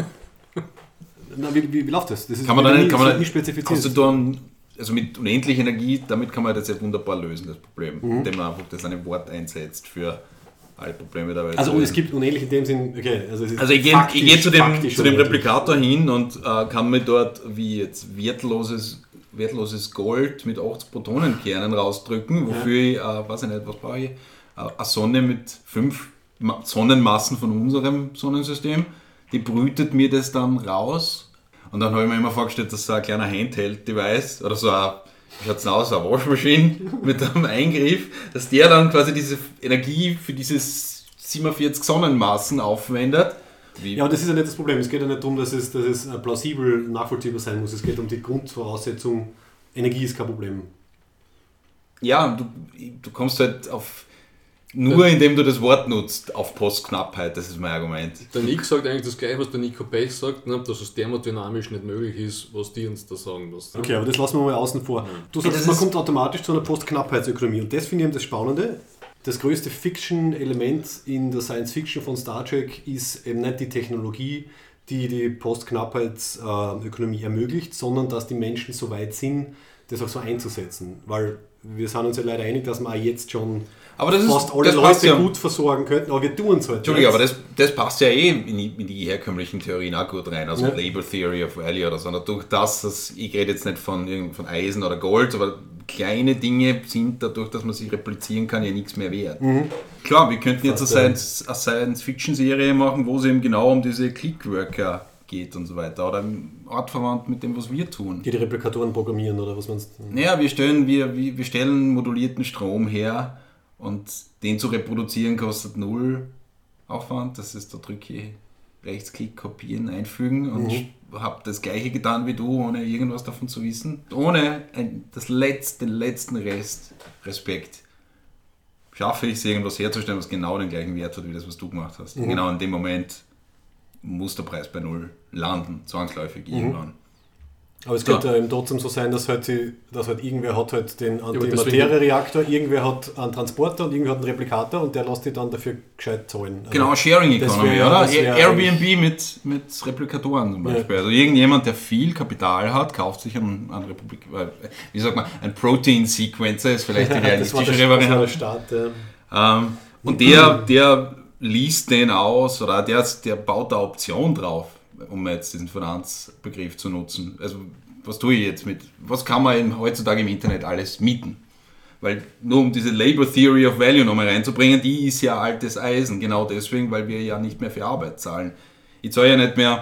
Na, wie, wie, wie läuft das? Das ist kann man dann nie, kann man nie spezifiziert. Hast du da einen, also mit unendlicher Energie, damit kann man das ja wunderbar lösen, das Problem, mhm. indem man einfach das eine Wort einsetzt für alle Probleme dabei. Also und es gibt unendlich in dem Sinn, okay. Also, es ist also ich gehe faktisch, ich geh zu dem, zu dem unendlich. Replikator hin und äh, kann mir dort wie jetzt wertloses, wertloses Gold mit achtzig Protonenkernen rausdrücken, wofür ja. ich, äh, weiß ich nicht, was brauche ich, äh, eine Sonne mit fünf Sonnenmassen von unserem Sonnensystem, die brütet mir das dann raus. Und dann habe ich mir immer vorgestellt, dass so ein kleiner Handheld-Device oder so ein, wie schaut es aus, eine Waschmaschine mit einem Eingriff, dass der dann quasi diese Energie für diese siebenundvierzig Sonnenmassen aufwendet. Wie ja, aber das ist ja nicht das Problem. Es geht ja nicht darum, dass es, dass es plausibel nachvollziehbar sein muss. Es geht um die Grundvoraussetzung, Energie ist kein Problem. Ja, du, du kommst halt auf... Nur indem du das Wort nutzt, auf Postknappheit, das ist mein Argument. Der Nick sagt eigentlich das gleiche, was der Nico Pech sagt, ne, dass es thermodynamisch nicht möglich ist, was die uns da sagen. Was, ne? Okay, aber das lassen wir mal außen vor. Du sagst, man kommt automatisch zu einer Postknappheitsökonomie und das finde ich eben das Spannende. Das größte Fiction-Element in der Science-Fiction von Star Trek ist eben nicht die Technologie, die die Postknappheitsökonomie ermöglicht, sondern dass die Menschen so weit sind, das auch so einzusetzen. Weil wir sind uns ja leider einig, dass wir auch jetzt schon aber das fast ist, alle das Leute ja, gut versorgen könnten, aber wir tun es halt. Entschuldigung, aber das, das passt ja eh in die, in die herkömmlichen Theorien auch gut rein, also ja. Labor Theory of Value oder so. Durch das, dass, ich rede jetzt nicht von, von Eisen oder Gold, aber kleine Dinge sind dadurch, dass man sie replizieren kann, ja nichts mehr wert. Mhm. Klar, wir könnten jetzt eine Science-Fiction-Serie machen, wo es eben genau um diese Clickworker geht und so weiter. Oder artverwandt mit dem, was wir tun. Die die Replikatoren programmieren oder was meinst du? Naja, wir stellen, wir, wir stellen modulierten Strom her und den zu reproduzieren kostet null Aufwand. Das ist, da drücke ich Rechtsklick, kopieren, einfügen und mhm. habe das gleiche getan wie du, ohne irgendwas davon zu wissen. Ohne ein, das letzte, den letzten Rest Respekt. Schaffe ich es, irgendwas herzustellen, was genau den gleichen Wert hat, wie das, was du gemacht hast. Mhm. Genau in dem Moment muss der Preis bei null landen, zwangsläufig mhm. irgendwann. Aber es könnte ja eben trotzdem so sein, dass halt, die, dass halt irgendwer hat halt den ja, Antimaterie-Reaktor, irgendwer hat einen Transporter und irgendwer hat einen Replikator und der lässt die dann dafür gescheit zahlen. Also genau, Sharing Economy, wär, oder? wär Airbnb mit, mit Replikatoren zum Beispiel. Ja. Also irgendjemand, der viel Kapital hat, kauft sich einen, einen Republik, wie sagt man, ein Protein-Sequencer, ist vielleicht die realistischere Variante. Start, ja. ähm, und der, der liest den aus oder der, der baut da Option drauf, um jetzt diesen Finanzbegriff zu nutzen. Also was tue ich jetzt mit, was kann man heutzutage im Internet alles mieten? Weil nur um diese Labor Theory of Value nochmal reinzubringen, die ist ja altes Eisen, genau deswegen, weil wir ja nicht mehr für Arbeit zahlen. Ich zahle ja nicht mehr,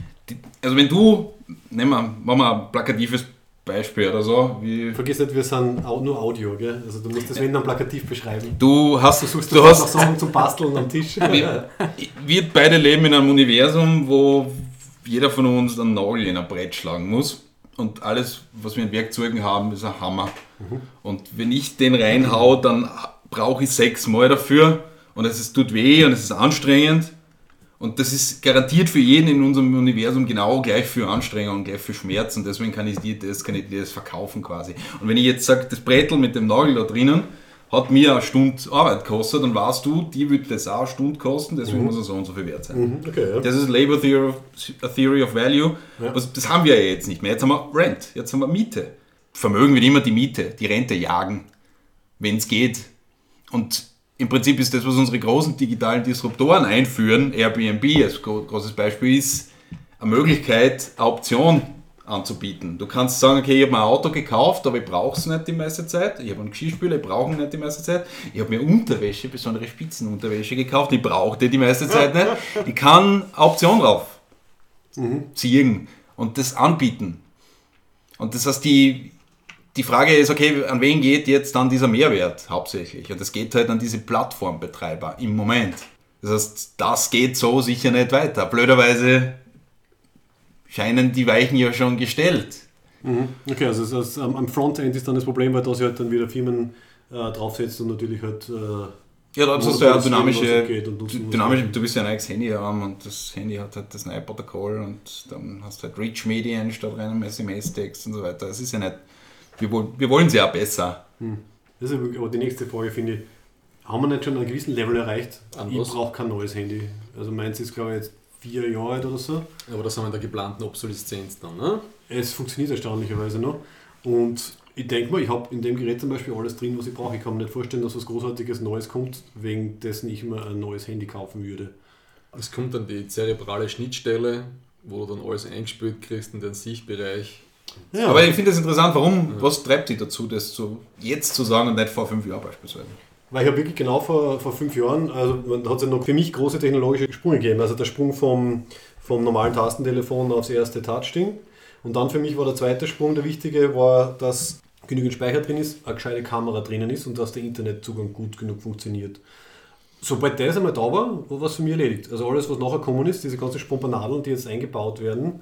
also wenn du, nehmen wir, machen wir ein plakatives Beispiel oder so. Wie Vergiss nicht, wir sind nur Audio, gell? Also du musst das wenn dann plakativ beschreiben. Du hast, du suchst du hast noch Sachen zum Basteln am Tisch. Wir, wir beide leben in einem Universum, wo jeder von uns einen Nagel in ein Brett schlagen muss. Und alles, was wir in Werkzeugen haben, ist ein Hammer. Mhm. Und wenn ich den reinhau, dann brauche ich sechs Mal dafür. Und es ist, tut weh und es ist anstrengend. Und das ist garantiert für jeden in unserem Universum genau gleich für Anstrengung und gleich für Schmerz. Und deswegen kann ich dir das, kann ich dir das verkaufen quasi. Und wenn ich jetzt sage, das Brettel mit dem Nagel da drinnen hat mir eine Stunde Arbeit gekostet, dann weißt du, die wird das auch eine Stunde kosten, deswegen mhm. muss er so und so viel wert sein. Mhm, okay, ja. Das ist Labor Theory of, Theory of Value. Ja. Was, das haben wir ja jetzt nicht mehr. Jetzt haben wir Rent, jetzt haben wir Miete. Vermögen wird immer die Miete, die Rente jagen, wenn es geht. Und im Prinzip ist das, was unsere großen digitalen Disruptoren einführen, Airbnb als großes Beispiel, ist eine Möglichkeit, eine Option anzubieten. Du kannst sagen, okay, ich habe mir ein Auto gekauft, aber ich brauche es nicht die meiste Zeit. Ich habe einen Geschirrspüler, ich brauche ihn nicht die meiste Zeit. Ich habe mir Unterwäsche, besondere Spitzenunterwäsche gekauft, ich brauche die die meiste Zeit nicht. Ich kann eine Option drauf mhm. ziehen und das anbieten. Und das heißt, die, die Frage ist, okay, an wen geht jetzt dann dieser Mehrwert hauptsächlich? Und das geht halt an diese Plattformbetreiber im Moment. Das heißt, das geht so sicher nicht weiter. Blöderweise scheinen die Weichen ja schon gestellt. Mhm. Okay, also das heißt, am Frontend ist dann das Problem, weil da sie halt dann wieder Firmen äh, draufsetzen und natürlich halt... Äh, ja, da hast du ja dynamische... Nutzen, dynamische du bist ja ein eigenes Handy haben und das Handy hat halt das neue Protokoll und dann hast du halt Rich-Medien statt reinem S M S-Text und so weiter. Das ist ja nicht... Wir wollen, wir wollen sie ja besser. Hm. Das ist aber die nächste Frage, finde ich. Haben wir nicht schon einen gewissen Level erreicht? An ich was? brauche kein neues Handy. Also meins ist, glaube ich, jetzt vier Jahre alt oder so. Aber das haben wir in der geplanten Obsoleszenz dann, ne? Es funktioniert erstaunlicherweise noch. Und ich denke mal, ich habe in dem Gerät zum Beispiel alles drin, was ich brauche. Ich kann mir nicht vorstellen, dass was Großartiges Neues kommt, wegen dessen ich mir ein neues Handy kaufen würde. Es kommt dann die zerebrale Schnittstelle, wo du dann alles eingespielt kriegst in den Sichtbereich. Ja. Aber ich finde das interessant, warum, ja. was treibt dich dazu, das so jetzt zu sagen und nicht vor fünf Jahren beispielsweise? Weil ich habe wirklich genau vor, vor fünf Jahren, also man hat es ja noch für mich große technologische Sprünge gegeben. Also der Sprung vom, vom normalen Tastentelefon aufs erste Touch-Ding. Und dann für mich war der zweite Sprung, der wichtige, war, dass genügend Speicher drin ist, eine gescheite Kamera drinnen ist und dass der Internetzugang gut genug funktioniert. Sobald das einmal da war, war was für mich erledigt. Also alles, was nachher gekommen ist, diese ganzen Spompanadeln, die jetzt eingebaut werden.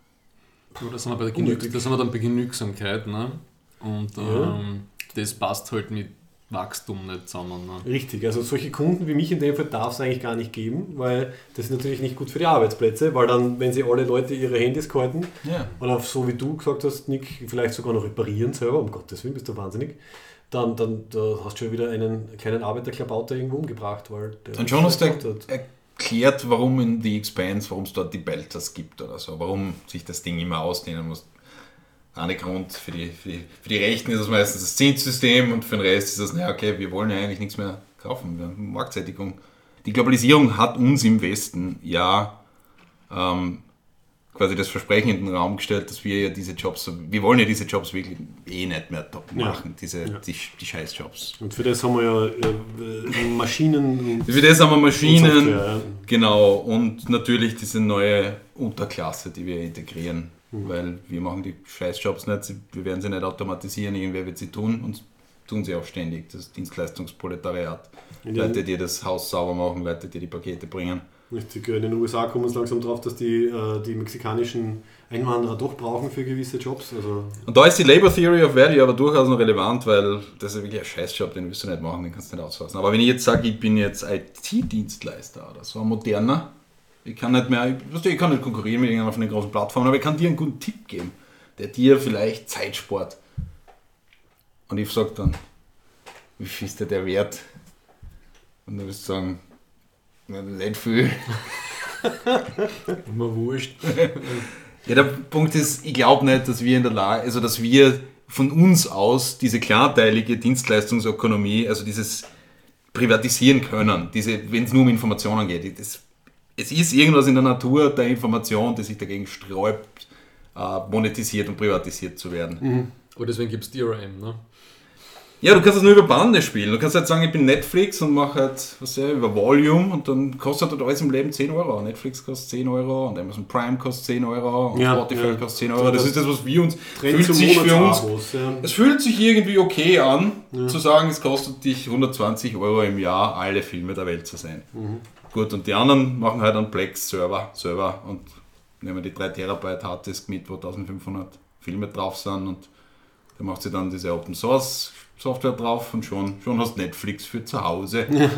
Ja, das sind wir bei der Genüg- das sind wir dann bei Genügsamkeit, ne? Und ja. ähm, das passt halt mit Wachstum nicht zusammen. Ne? Richtig, also solche Kunden wie mich in dem Fall darf es eigentlich gar nicht geben, weil das ist natürlich nicht gut für die Arbeitsplätze, weil dann, wenn sie alle Leute ihre Handys halten, ja. oder so wie du gesagt hast, Nick, vielleicht sogar noch reparieren selber, um Gottes Willen, bist du wahnsinnig, dann, dann da hast du schon wieder einen kleinen Arbeiterklabauter irgendwo umgebracht. Weil der und schon hast du erklärt, warum in The Expanse, warum es dort die Belters gibt oder so, warum sich das Ding immer ausdehnen muss. Eine Grund für die, für, die, für die Rechten ist es meistens das Zinssystem und für den Rest ist das, naja, okay, wir wollen ja eigentlich nichts mehr kaufen. Wir haben Marktsättigung. Die Globalisierung hat uns im Westen ja ähm, quasi das Versprechen in den Raum gestellt, dass wir ja diese Jobs, wir wollen ja diese Jobs wirklich eh nicht mehr machen, ja. diese ja. die, die Scheißjobs. Und für das haben wir ja äh, Maschinen. Für das haben wir Maschinen, und Software, ja. Genau, und natürlich diese neue Unterklasse, die wir integrieren. Mhm. Weil wir machen die Scheißjobs nicht, wir werden sie nicht automatisieren, irgendwer wird sie tun und tun sie auch ständig, das Dienstleistungsproletariat. Leute, die das Haus sauber machen, Leute, die die Pakete bringen. Richtig, in den U S A kommen es langsam drauf, dass die, die mexikanischen Einwanderer doch brauchen für gewisse Jobs. Also und da ist die Labor Theory of Value aber durchaus noch relevant, weil das ist wirklich ein Scheißjob, den willst du nicht machen, den kannst du nicht ausfassen. Aber wenn ich jetzt sage, ich bin jetzt I T-Dienstleister oder so, ein moderner, ich kann nicht mehr, ich kann nicht konkurrieren mit irgendeiner von den großen Plattformen, aber ich kann dir einen guten Tipp geben, der dir vielleicht Zeit spart. Und ich sage dann, wie viel ist der, der Wert? Und du wirst sagen, nicht viel. Immer wurscht. Ja, der Punkt ist, ich glaube nicht, dass wir in der Lage, also dass wir von uns aus diese kleinteilige Dienstleistungsökonomie, also dieses privatisieren können, diese, wenn es nur um Informationen geht. Das, es ist irgendwas in der Natur der Information, die sich dagegen sträubt, äh, monetisiert und privatisiert zu werden. Mhm. Aber deswegen gibt es D R M, ne? Ja, du kannst das nur über Bande spielen. Du kannst halt sagen, ich bin Netflix und mache halt, was ja, über Volume und dann kostet halt alles im Leben zehn Euro. Netflix kostet zehn Euro und Amazon Prime kostet zehn Euro und ja, Spotify ja. kostet zehn Euro. Das, das ist das, was wir uns, fühlt sich für uns, ja. es fühlt sich irgendwie okay an, ja. zu sagen, es kostet dich hundertzwanzig Euro im Jahr, alle Filme der Welt zu sehen. Mhm. Gut, und die anderen machen halt einen Plex-Server Server und nehmen wir die drei Terabyte Harddisk mit, wo eintausendfünfhundert Filme drauf sind und da macht sie dann diese Open Source Software drauf und schon, schon hast Netflix für zu Hause. ja.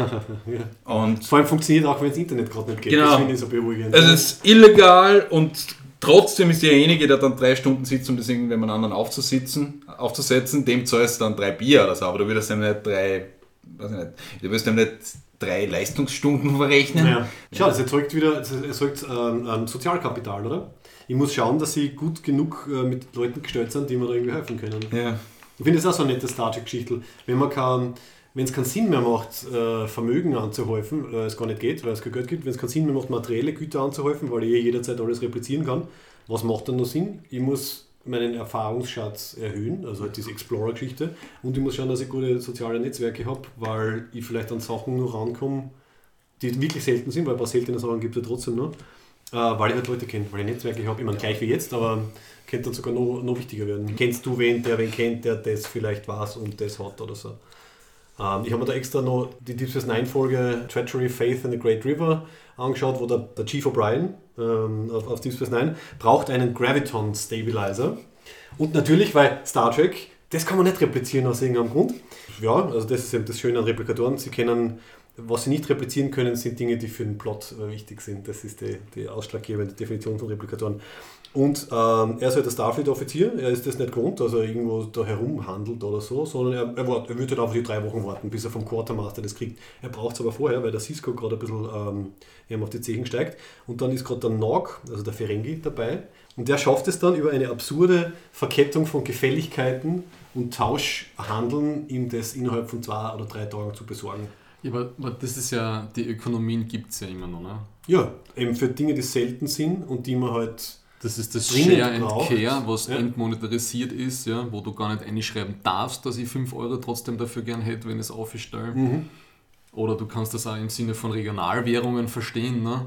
Und vor allem funktioniert auch, wenn das Internet gerade nicht geht. Genau. Das finde ich so beruhigend. Es ist illegal und trotzdem ist derjenige, der dann drei Stunden sitzt, um das irgendjemand anderen aufzusitzen, aufzusetzen, dem zahlst du dann drei Bier oder so, aber du würdest ihm nicht drei, weiß ich nicht, du wirst ihm nicht drei Leistungsstunden verrechnen. Ja. Schau, das erzeugt wieder das erzeugt, ähm, ähm, Sozialkapital, oder? Ich muss schauen, dass sie gut genug äh, mit Leuten gestellt sind, die mir da irgendwie helfen können. Ja. Ich finde das auch so eine nette Star Trek-Geschichte. Wenn man kann, wenn es keinen Sinn mehr macht, äh, Vermögen anzuhäufen, weil es gar nicht geht, weil es kein Geld gibt, wenn es keinen Sinn mehr macht, materielle Güter anzuhäufen, weil ich jederzeit alles replizieren kann, was macht dann noch Sinn? Ich muss meinen Erfahrungsschatz erhöhen, also halt diese Explorer-Geschichte, und ich muss schauen, dass ich gute soziale Netzwerke habe, weil ich vielleicht an Sachen nur rankomme, die wirklich selten sind, weil ein paar seltene Sachen gibt es ja trotzdem noch, äh, weil ich halt Leute kenne, weil ich Netzwerke habe, ich meine gleich wie jetzt, aber könnte dann sogar noch, noch wichtiger werden. Kennst du wen, der wen kennt, der das vielleicht weiß und das hat oder so. Ähm, ich habe mir da extra noch die Deep Space Nine Folge Treachery, Faith and the Great River angeschaut, wo der, der Chief O'Brien ähm, auf, auf Deep Space Nine braucht einen Graviton Stabilizer. Und natürlich, weil Star Trek, das kann man nicht replizieren aus irgendeinem Grund. Ja, also das ist eben das Schöne an Replikatoren. Sie können, was sie nicht replizieren können, sind Dinge, die für den Plot äh, wichtig sind. Das ist die, die ausschlaggebende Definition von Replikatoren. Und ähm, er ist halt der Starfleet-Offizier, er ist das nicht gewohnt, dass er irgendwo da herumhandelt oder so, sondern er, er, wart, er würde halt einfach die drei Wochen warten, bis er vom Quartermaster das kriegt. Er braucht es aber vorher, weil der Sisko gerade ein bisschen ähm, ihm auf die Zechen steigt. Und dann ist gerade der Nog, also der Ferengi, dabei. Und der schafft es dann über eine absurde Verkettung von Gefälligkeiten und Tauschhandeln, ihm das innerhalb von zwei oder drei Tagen zu besorgen. Ja, aber, aber das ist ja, die Ökonomien gibt es ja immer noch, ne? Ja, eben für Dinge, die selten sind und die man halt... Das ist das dringend Share and braucht. Care, was Ja. entmonetarisiert ist, ja, wo du gar nicht einschreiben darfst, dass ich fünf Euro trotzdem dafür gern hätte, wenn ich es aufstelle. Mhm. Oder du kannst das auch im Sinne von Regionalwährungen verstehen. Ne?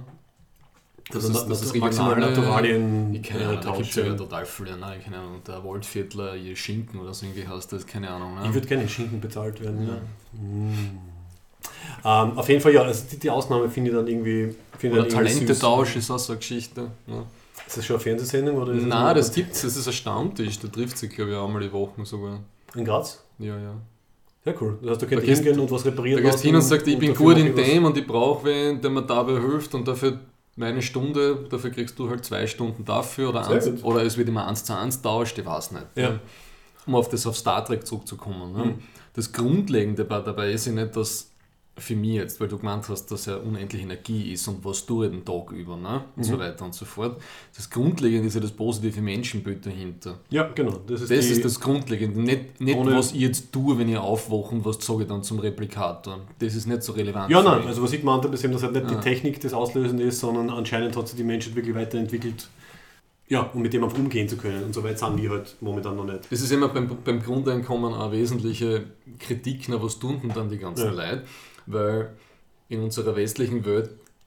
Das, Also ist, das ist maximal regionale... Naturalien Ich keine Ahnung, da gibt es ja Tausch. total viele. Ne? Ich keine Ahnung, der Waldviertler, je Schinken oder so irgendwie heißt das, keine Ahnung. Ne? Ich würde gerne in Schinken bezahlt werden. Ja. Ja. Mm. Ähm, auf jeden Fall, ja, also die, die Ausnahme finde ich dann irgendwie. Finde Oder ich dann irgendwie Talentetausch süß. ist auch so eine Geschichte. Ja. Ist das schon eine Fernsehsendung? Oder ist Nein, das das gibt es, das ist ein Stammtisch, der trifft sich, glaube ich, einmal die Woche sogar. in Graz? Ja, ja. Ja, cool. Das heißt, du könntest Da gehst- hingehen und was Da reparieren gehst du hin und lassen sagst, ich bin dafür gut mach in ich was. dem und ich brauche wen, der mir dabei hilft und dafür meine Stunde, dafür kriegst du halt zwei Stunden dafür oder, Sehr eins, gut. oder es wird immer eins zu eins tauscht, ich weiß nicht. Ja. Ne? Um auf das auf Star Trek zurückzukommen. Ne? Mhm. Das Grundlegende dabei, dabei ist ja nicht, dass für mich jetzt, weil du gemeint hast, dass ja unendlich Energie ist und was tue ich den Tag über, ne? Und Mhm. so weiter und so fort. Das Grundlegende ist ja das positive Menschenbild dahinter. Ja, genau. Das ist, Das die, ist das Grundlegende. Nicht, nicht Ohne- was ich jetzt tue, wenn ich aufwache und was sage ich dann zum Replikator. Das ist nicht so relevant. Ja, für nein, mich. also was ich gemeint habe, ist eben, dass halt nicht Ah. die Technik das Auslösende ist, sondern anscheinend hat sich die Menschheit wirklich weiterentwickelt, ja, um mit dem einfach umgehen zu können. Und so weit sind wir halt momentan noch nicht. Das ist immer beim, beim Grundeinkommen eine wesentliche Kritik, na, was tun denn dann die ganzen Ja. Leute? Weil in unserer westlichen Welt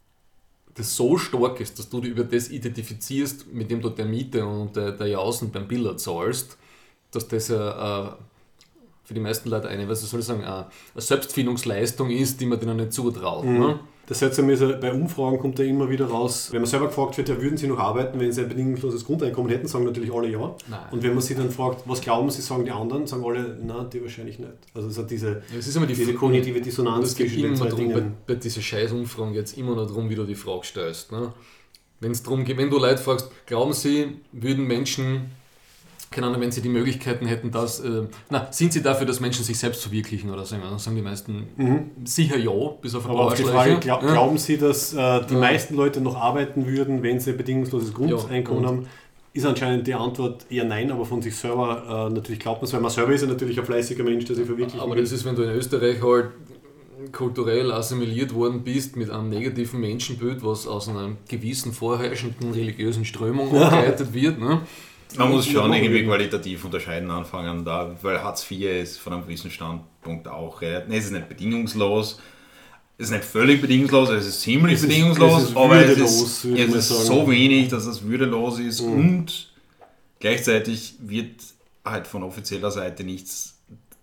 das so stark ist, dass du dich über das identifizierst, mit dem du der Miete und der, der Jausen beim Biller zahlst, dass das ja äh, für die meisten Leute eine, was soll ich sagen, eine Selbstfindungsleistung ist, die man denen nicht zutraut. Mhm. Ne? Das Seltsame ist, ja, bei Umfragen kommt ja immer wieder raus, wenn man selber gefragt wird, ja, würden sie noch arbeiten, wenn sie ein bedingungsloses Grundeinkommen hätten, sagen natürlich alle ja. Nein. Und wenn man sie dann fragt, was glauben sie, sagen die anderen, sagen alle, nein, die wahrscheinlich nicht. Also es hat diese, Ja, es ist immer die diese Frage- kognitive Und Dissonanz es geht zwischen den immer zwei darum, bei, Dingen. bei diesen Scheißumfragen geht es immer noch darum, wie du die Frage stellst. Ne? Wenn's drum geht, wenn du Leute fragst, glauben sie, würden Menschen, keine Ahnung, wenn sie die Möglichkeiten hätten, dass, äh, na, sind sie dafür, dass Menschen sich selbst verwirklichen oder so? Dann sagen die meisten Mhm. sicher ja, bis auf ein Aber paar auf die Arschlöcher. Frage, glaub, Ja. glauben Sie, dass äh, die Ja. meisten Leute noch arbeiten würden, wenn sie ein bedingungsloses Grundeinkommen Ja, und- haben, ist anscheinend die Antwort eher nein, aber von sich selber äh, natürlich glaubt man es, weil man selber ist ja natürlich ein fleißiger Mensch, der sich verwirklichen Aber will. das ist, wenn du in Österreich halt kulturell assimiliert worden bist mit einem negativen Menschenbild, was aus einer gewissen vorherrschenden religiösen Strömung abgeleitet wird. Ne? Man muss schon Ja, irgendwie ja. qualitativ unterscheiden anfangen, da, weil Hartz vier ist von einem gewissen Standpunkt auch, äh, nee, es ist nicht bedingungslos, es ist nicht völlig bedingungslos, es ist ziemlich Es ist- bedingungslos, es ist aber es würdelos, ist, würde ich es mal ist sagen. so wenig, dass es würdelos ist Mhm. und gleichzeitig wird halt von offizieller Seite nichts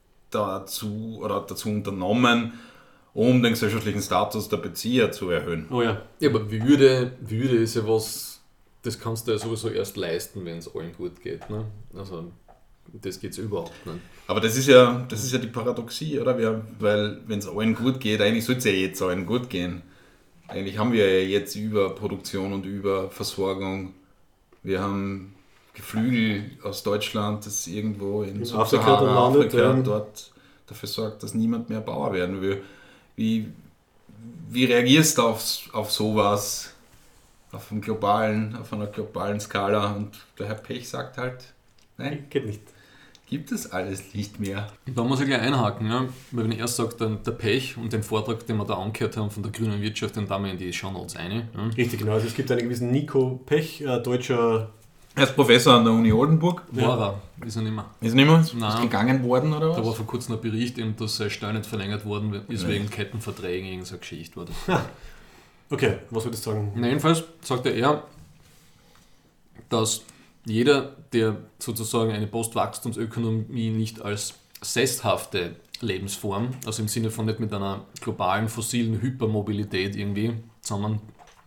dazu oder dazu unternommen, um den gesellschaftlichen Status der Bezieher zu erhöhen. Oh ja. Ja, aber Würde, Würde ist ja was das kannst du ja sowieso erst leisten, wenn es allen gut geht. Ne? Also das geht es überhaupt nicht. Aber das ist ja, das ist ja die Paradoxie, oder? Wir, weil wenn es allen gut geht, eigentlich sollte es ja jetzt allen gut gehen. Eigentlich haben wir ja jetzt Überproduktion und Überversorgung. Wir haben Geflügel aus Deutschland, das irgendwo in, in Afrika, Afrika, landet, Afrika ja. dort dafür sorgt, dass niemand mehr Bauer werden will. Wie, wie reagierst du auf, auf sowas, auf, einem globalen, auf einer globalen Skala? Und der Herr Pech sagt halt, nein, Geht nicht. gibt es alles nicht mehr. Da muss ich gleich einhaken, ja? Weil wenn ich erst sage, dann der Pech und den Vortrag, den wir da angehört haben von der grünen Wirtschaft, den da wir in die Shownotes rein. Ja? Richtig, genau. Also es gibt einen gewissen Nico Pech, äh, deutscher... Er ist Professor an der Uni Oldenburg. War er, ist er nicht mehr. Ist nicht mehr? Ist Nein. gegangen worden oder was? Da war vor kurzem ein Bericht, eben, dass sein Steuer nicht verlängert worden ist, wegen Kettenverträgen, irgendeine Geschichte war das. Okay, was würdest du sagen? Na, jedenfalls sagte er, dass jeder, der sozusagen eine Postwachstumsökonomie nicht als sesshafte Lebensform, also im Sinne von nicht mit einer globalen fossilen Hypermobilität irgendwie zusammen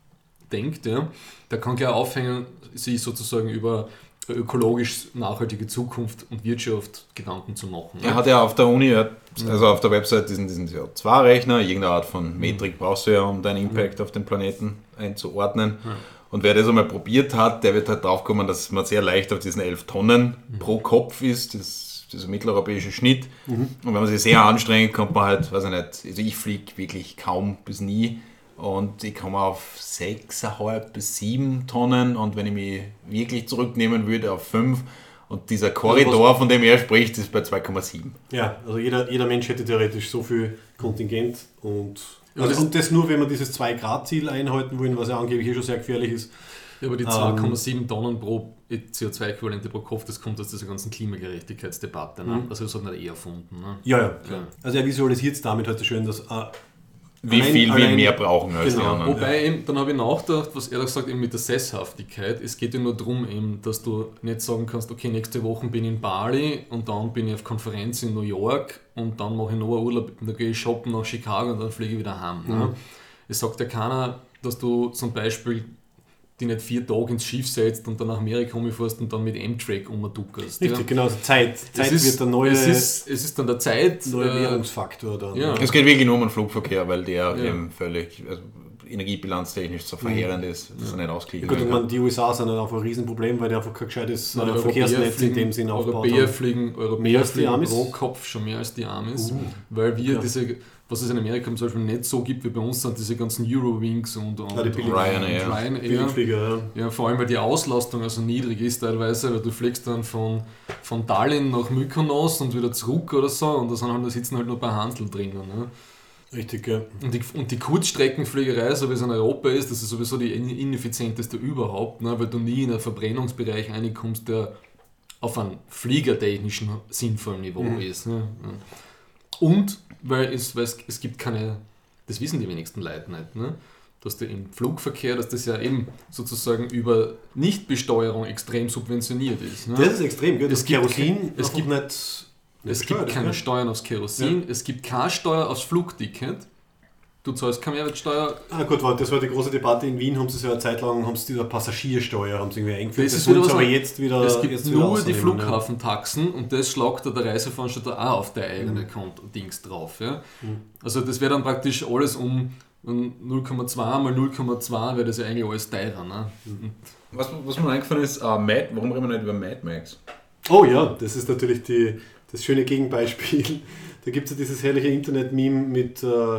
denkt, ja, der kann gleich aufhängen, sich sozusagen über ökologisch nachhaltige Zukunft und Wirtschaft Gedanken zu machen. Er hat ja auf der Uni, also auf der Website diesen, diesen C O zwei Rechner, irgendeine Art von Metrik brauchst du ja, um deinen Impact auf den Planeten einzuordnen. Ja. Und wer das einmal probiert hat, der wird halt drauf kommen, dass man sehr leicht auf diesen elf Tonnen pro Kopf ist, das dieser mitteleuropäische Schnitt. Und wenn man sich sehr anstrengt, kommt man halt, weiß ich nicht, also ich fliege wirklich kaum bis nie. Und ich komme auf sechs Komma fünf bis sieben Tonnen und wenn ich mich wirklich zurücknehmen würde auf fünf und dieser Korridor, von dem er spricht, ist bei zwei Komma sieben. Ja, also jeder, jeder Mensch hätte theoretisch so viel Kontingent und, Ja, also das- und das nur, wenn wir dieses zwei Grad Ziel einhalten wollen, was ja angeblich eh schon sehr gefährlich ist. Ja, aber die Ähm, zwei Komma sieben Tonnen pro C O zwei Äquivalente pro Kopf, das kommt aus dieser ganzen Klimagerechtigkeitsdebatte. Ne? Also das hat nicht er erfunden. Ne? Ja, ja, Ja. Also er visualisiert es damit heute schön, dass äh, Wie Allein- viel wir allein- mehr brauchen als die genau. anderen. Wobei, eben, dann habe ich nachgedacht, was er da gesagt eben mit der Sesshaftigkeit. Es geht ja nur darum, eben, dass du nicht sagen kannst, okay, nächste Woche bin ich in Bali und dann bin ich auf Konferenz in New York und dann mache ich noch einen Urlaub, dann gehe ich shoppen nach Chicago und dann fliege ich wieder heim. Ne? Es sagt ja keiner, dass du zum Beispiel die nicht vier Tage ins Schiff setzt und dann nach Amerika umfährst und dann mit Amtrak umduckerst. richtig, ja. genau, also Zeit. Zeit Es ist, wird der neue, es, ist, es ist dann der Zeit. neue äh, Währungsfaktor dann. ja. Es geht wirklich nur um den Flugverkehr, weil der Ja. eben völlig also energiebilanztechnisch so verheerend ist, dass er nicht ausgeglichen Gut, und werden man, kann. die U S A sind halt einfach ein Riesenproblem, weil die einfach kein gescheites Nein, äh, die Verkehrsnetz in fliegen- dem Sinn aufgebaut Europäer haben. fliegen, Europäer Mehr als die fliegen Amis? pro Kopf schon mehr als die Amis, Uh, weil wir okay. diese, was es in Amerika zum Beispiel nicht so gibt wie bei uns, sind diese ganzen Eurowings und, und, Ja, die und billigen Ryanair. Ryanair. Billigflieger, ja. Ja, vor allem weil die Auslastung also niedrig ist teilweise, weil du fliegst dann von, von Tallinn nach Mykonos und wieder zurück oder so und da, sind halt, da sitzen halt nur ein paar Hansel drinnen. Ne? Richtig, ja. Und die, und die Kurzstreckenfliegerei, so wie es in Europa ist, das ist sowieso die in- ineffizienteste überhaupt, ne? Weil du nie in einen Verbrennungsbereich reinkommst, der auf einem fliegertechnischen sinnvollen Niveau Mhm. ist. Ne? Ja. Und weil es, weil es, es gibt keine, das wissen die wenigsten Leute nicht, ne? Dass der im Flugverkehr, dass das ja eben sozusagen über Nichtbesteuerung extrem subventioniert ist. Ne? Das ist extrem, gell? Es Das gibt Kerosin kein- es einfach gibt- nicht, nicht Es besteuert gibt ist, keine gell? Steuern aufs Kerosin, es gibt keine Steuer aufs Flugticket. Du zahlst keine Mehrwertsteuer. Ah gut, warte, das war die große Debatte in Wien, haben sie es ja eine Zeit lang, haben sie diese Passagiersteuer haben sie irgendwie eingeführt. Das ist wollen wieder sie was aber an- jetzt wieder Es gibt jetzt wieder nur die rausnehmen, Flughafentaxen und das schlagt der Reiseveranstalter auch auf der eigene Mhm. Konto Dings drauf. Ja? Mhm. Also das wäre dann praktisch alles um null Komma zwei mal null Komma zwei wäre das ja eigentlich alles teurer. Ne? Was, was mir eingefallen ist, uh, Mad, warum reden wir nicht über Mad Max? Ja. Oh ja, das ist natürlich die, das schöne Gegenbeispiel. Da gibt es ja dieses herrliche Internet-Meme mit äh,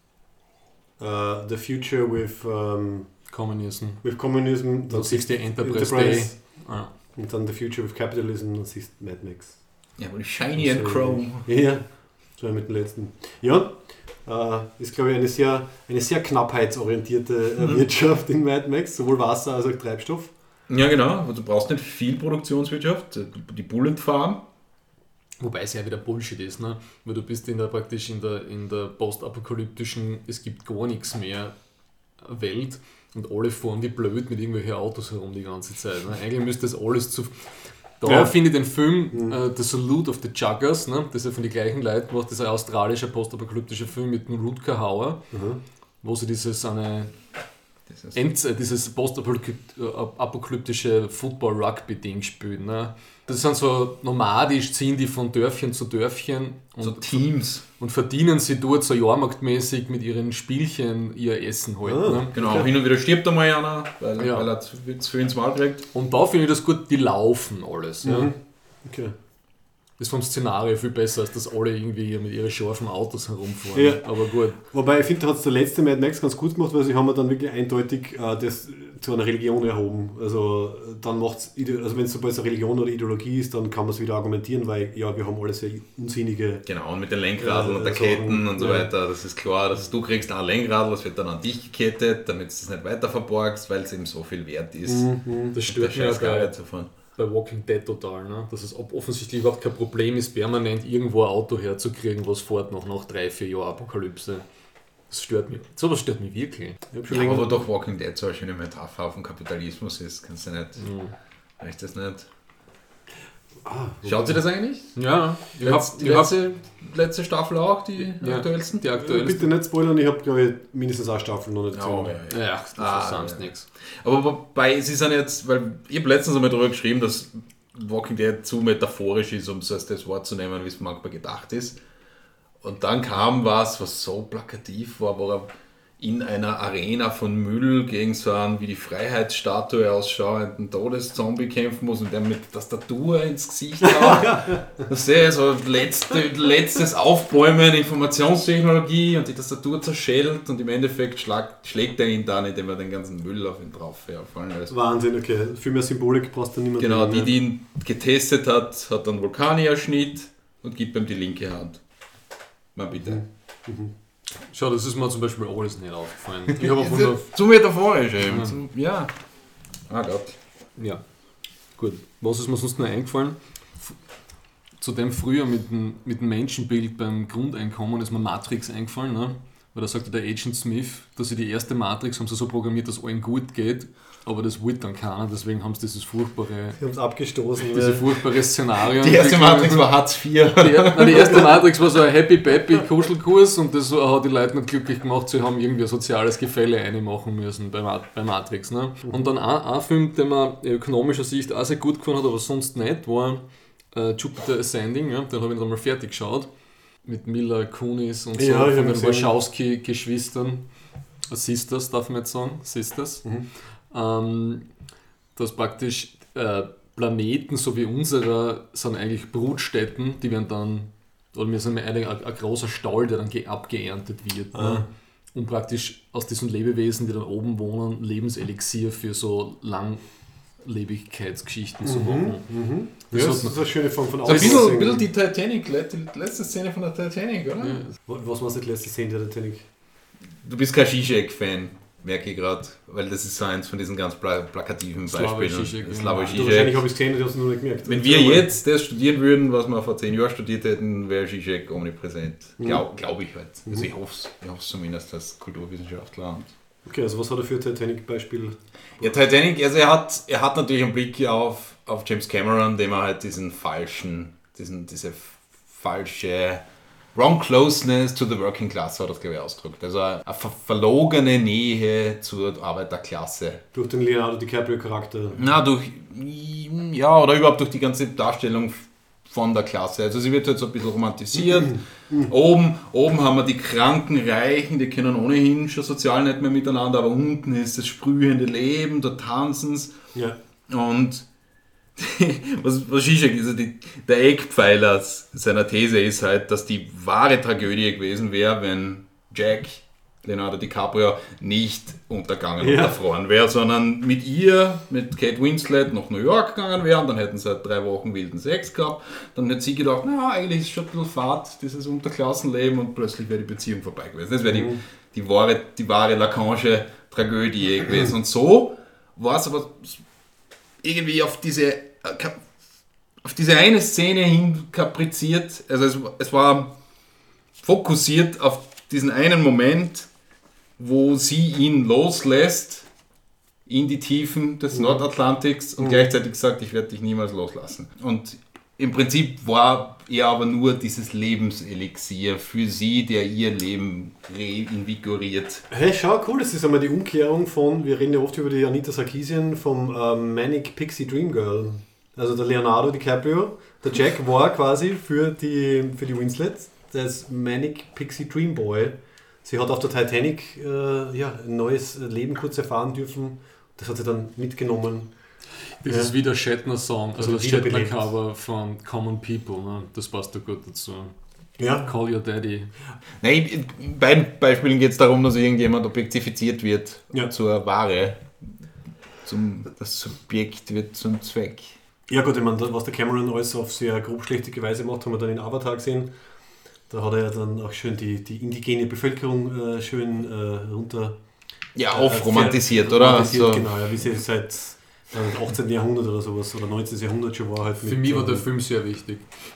äh, The Future with, ähm, Communism. with Communism. Dann siehst du Enterprise, Enterprise. Day. Ah. Und dann The Future with Capitalism, dann siehst du Mad Max. Ja, aber Shiny and So, Chrome. Ja, so mit dem letzten. Ja, äh, ist glaube ich eine sehr, eine sehr knappheitsorientierte äh, Mhm. Wirtschaft in Mad Max, sowohl Wasser als auch Treibstoff. Ja, genau. Also du brauchst nicht viel Produktionswirtschaft. Die Bullet Farm. Wobei es ja wieder Bullshit ist, ne? Weil du bist in der praktisch in der, in der postapokalyptischen, es gibt gar nichts mehr Welt und alle fahren wie blöd mit irgendwelchen Autos herum die ganze Zeit. Ne? Eigentlich müsste das alles zu. Da Ja. finde ich den Film Mhm. äh, The Salute of the Juggers, ne? Das ist ja von den gleichen Leuten gemacht, das ist ein australischer postapokalyptischer Film mit dem Rutger Hauer, Mhm. wo sie dieses eine dieses, Endzeit, dieses postapokalyptische Football-Rugby-Ding spielen. Ne? Das sind so nomadisch, ziehen die von Dörfchen zu Dörfchen und, so Teams. Und verdienen sie dort so jahrmarktmäßig mit ihren Spielchen ihr Essen halt. Ah, ne? Genau, okay. Hin und wieder stirbt einmal einer, weil, ja. weil er zu, zu viel ins Maul kriegt. Und da finde ich das gut, die laufen alles. Mhm. Ja? Okay. Das ist vom Szenario viel besser, als dass alle irgendwie mit ihren scharfen Autos herumfahren. Ja. Aber gut. Wobei ich finde, da hat es der letzte Mad Max ganz gut gemacht, weil sie haben ja dann wirklich eindeutig äh, das zu einer Religion erhoben. Also dann macht's, also wenn es sobald es eine Religion oder Ideologie ist, dann kann man es wieder argumentieren, weil ja, wir haben alle sehr unsinnige... Genau, und mit den Lenkradeln äh, und der so, Ketten und so ja. weiter, das ist klar, dass du kriegst ein Lenkradl, das wird dann an dich gekettet, damit du es nicht weiter verborgst, weil es eben so viel wert ist. Mhm. Das stört mich Scheiß ja bei, zu fahren. bei Walking Dead total, ne? Dass es offensichtlich überhaupt kein Problem ist, permanent irgendwo ein Auto herzukriegen, was fährt noch nach drei, vier Jahren Apokalypse. Das stört mich. Sowas stört mich wirklich. Ich hab schon Ja, länger- aber doch Walking Dead so eine schöne Metapher auf den Kapitalismus ist, kannst du nicht, Mhm. reicht das nicht. Ah, Schaut sie das eigentlich? Ja, ich Letz, hab, die ich hab, letzte, letzte Staffel auch, die Ja. aktuellsten? die Äh, aktuellste. bitte nicht spoilern, ich habe glaube ich mindestens eine Staffel noch nicht gesehen. Oh, ja, ja. Ja, das Ah, ist sonst ja. nichts. Aber wobei, sie sind jetzt, weil ich habe letztens einmal darüber geschrieben, dass Walking Dead zu metaphorisch ist, um es als das Wort zu nehmen, wie es manchmal gedacht ist. Und dann kam was, was so plakativ war, wo er in einer Arena von Müll gegen so einen wie die Freiheitsstatue ausschauenden Todeszombie kämpfen muss und der mit Tastatur ins Gesicht haut. Das ist so letzte, letztes Aufbäumen, Informationstechnologie und die Tastatur zerschellt und im Endeffekt schlag, schlägt er ihn dann, indem er den ganzen Müll auf ihn drauf fallen lässt. Wahnsinn, okay. Viel mehr Symbolik brauchst du nicht mehr. Genau, drin, die, ne? die ihn getestet hat, hat dann Vulkanier-Schnitt und gibt ihm die linke Hand. Mal bitte. Schau, das ist mir zum Beispiel alles nicht aufgefallen. Ich habe von der Zu metaphorisch eben. Ja. Zu, ja. Ah Gott. Ja, gut. Was ist mir sonst noch eingefallen? F- Zu dem früher mit dem, mit dem Menschenbild beim Grundeinkommen ist mir Matrix eingefallen, ne? Weil da sagte der Agent Smith, dass sie die erste Matrix haben sie so programmiert, dass allen gut geht, aber das wollte dann keiner, deswegen haben sie dieses furchtbare, Sie haben es abgestoßen. diese weil- furchtbare Szenario. Die erste entwickelt. Matrix war Hartz vier. Die, nein, die erste Matrix war so ein Happy-Peppy-Kuschelkurs und das hat die Leute noch glücklich gemacht, sie haben irgendwie ein soziales Gefälle einmachen müssen bei, Ma- bei Matrix. Ne? Und dann ein, ein Film, der mir in ökonomischer Sicht auch sehr gut gefallen hat, aber sonst nicht, war äh, Jupiter Ascending, ja? Den habe ich noch einmal fertig geschaut, mit Mila Kunis und so, Ja, ich von hab den gesehen. Wachowski-Geschwistern, Sisters darf man jetzt sagen, Sisters. Mhm. Ähm, dass praktisch äh, Planeten, so wie unserer, sind eigentlich Brutstätten, die werden dann, oder wir sind ein, ein, ein großer Stall, der dann ge- abgeerntet wird. Ah. Ne? Um praktisch aus diesen Lebewesen, die dann oben wohnen, Lebenselixier für so Langlebigkeitsgeschichten zu machen. Mhm. Das Ja, hat das man- ist eine schöne Form von So ein bisschen, Aussehen. bisschen die Titanic, die letzte Szene von der Titanic, oder? Ja. Was war die letzte Szene der Titanic? Du bist kein Zizek-Fan, merke ich gerade, weil das ist so eins von diesen ganz pla plakativen Slavoj Beispielen. Žižek, ja. Slavoj Du, wahrscheinlich Žižek. habe ich es gesehen und ich habe es noch nicht gemerkt. Wenn wir jetzt das studieren würden, was wir vor zehn Jahren studiert hätten, wäre Zizek omnipräsent. Glaube glaub ich halt. Also ich hoffe es ich hoff's zumindest als Kulturwissenschaftler. Und Okay, also was hat er für Titanic-Beispiel? ja, Titanic, also er hat, er hat natürlich einen Blick auf, auf James Cameron, dem er halt diesen falschen, diesen, diese falsche Wrong Closeness to the Working Class hat das, glaube ich, ausgedrückt. Also eine ver verlogene Nähe zur Arbeiterklasse. Durch den Leonardo DiCaprio-Charakter. Na, durch, ja, oder überhaupt durch die ganze Darstellung von der Klasse. Also sie wird halt so ein bisschen romantisiert. Oben, oben haben wir die kranken Reichen, die können ohnehin schon sozial nicht mehr miteinander, aber unten ist das sprühende Leben, da tanzen sie. Ja. Und was, was Žižek, also die, der Eckpfeiler seiner These ist halt, dass die wahre Tragödie gewesen wäre, wenn Jack, Leonardo DiCaprio, nicht untergangen und Ja. erfroren wäre, sondern mit ihr, mit Kate Winslet nach New York gegangen wäre und dann hätten sie halt drei Wochen wilden Sex gehabt. Dann hätte sie gedacht, na, eigentlich ist schon ein bisschen fad, dieses Unterklassenleben, und plötzlich wäre die Beziehung vorbei gewesen. Das wäre die, die, wahre, die wahre Lacanische Tragödie gewesen. Und so war es aber irgendwie auf diese auf diese eine Szene hin kapriziert, also es, es war fokussiert auf diesen einen Moment, wo sie ihn loslässt in die Tiefen des Nordatlantiks und gleichzeitig sagt, ich werde dich niemals loslassen. Und im Prinzip war er aber nur dieses Lebenselixier für sie, der ihr Leben reinvigoriert. Hey, schau, cool, das ist einmal die Umkehrung von, wir reden ja oft über die Anita Sarkeesian vom ähm, Manic Pixie Dream Girl. Also der Leonardo DiCaprio, der Jack war quasi für die, für die Winslet das Manic Pixie Dream Boy. Sie hat auf der Titanic äh, ja, ein neues Leben kurz erfahren dürfen. Das hat sie dann mitgenommen. Das ja. ist wie der Shatner-Song, also das wiederbelebt. Shatner-Cover von Common People. Ne? Das passt da gut dazu. Ja. Call Your Daddy. Nein, in beiden Beispielen geht es darum, dass irgendjemand objektifiziert wird Ja. zur Ware. Zum, das Subjekt wird zum Zweck. Ja gut, ich meine, was der Cameron alles auf sehr grobschlächtige Weise macht, haben wir dann in Avatar gesehen. Da hat er ja dann auch schön die, die indigene Bevölkerung äh, schön äh, runter... Ja, äh, aufromantisiert, oder? romantisiert, So. Genau, ja, wie sie seit äh, achtzehnten Jahrhundert oder sowas, oder neunzehnten Jahrhundert schon war halt Für mich war der Film sehr wichtig.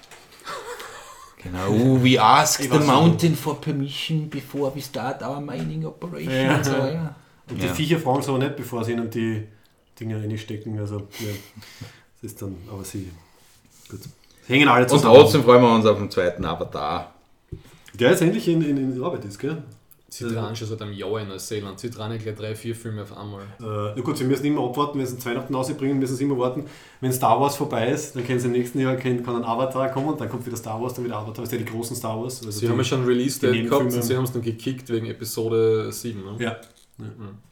Genau, we ask Ich the weiß mountain for permission before we start our mining operation. Ja. So, ja. Und die Ja. Viecher fragen es aber nicht, bevor sie ihnen die Dinger reinstecken. Also, ja, das ist dann, aber sie, gut. Sie hängen alle Und zusammen. trotzdem freuen wir uns auf den zweiten Avatar. Der jetzt endlich in, in, in Arbeit ist, gell? Sie drehen schon seit einem Jahr in Neuseeland. Sie drehen gleich drei, vier Filme auf einmal. Äh, na gut, sie müssen immer abwarten, wenn sie zu Weihnachten rausbringen, müssen sie immer warten. Wenn Star Wars vorbei ist, dann können sie im nächsten Jahr kann, kann ein Avatar kommen und dann kommt wieder Star Wars, dann wieder Avatar. Das ist ja die großen Star Wars. Also Sie die, haben ja schon ein Release-Date die gehabt und Nebenfilme- sie haben es dann gekickt wegen Episode sieben. Ne? Ja. Ja,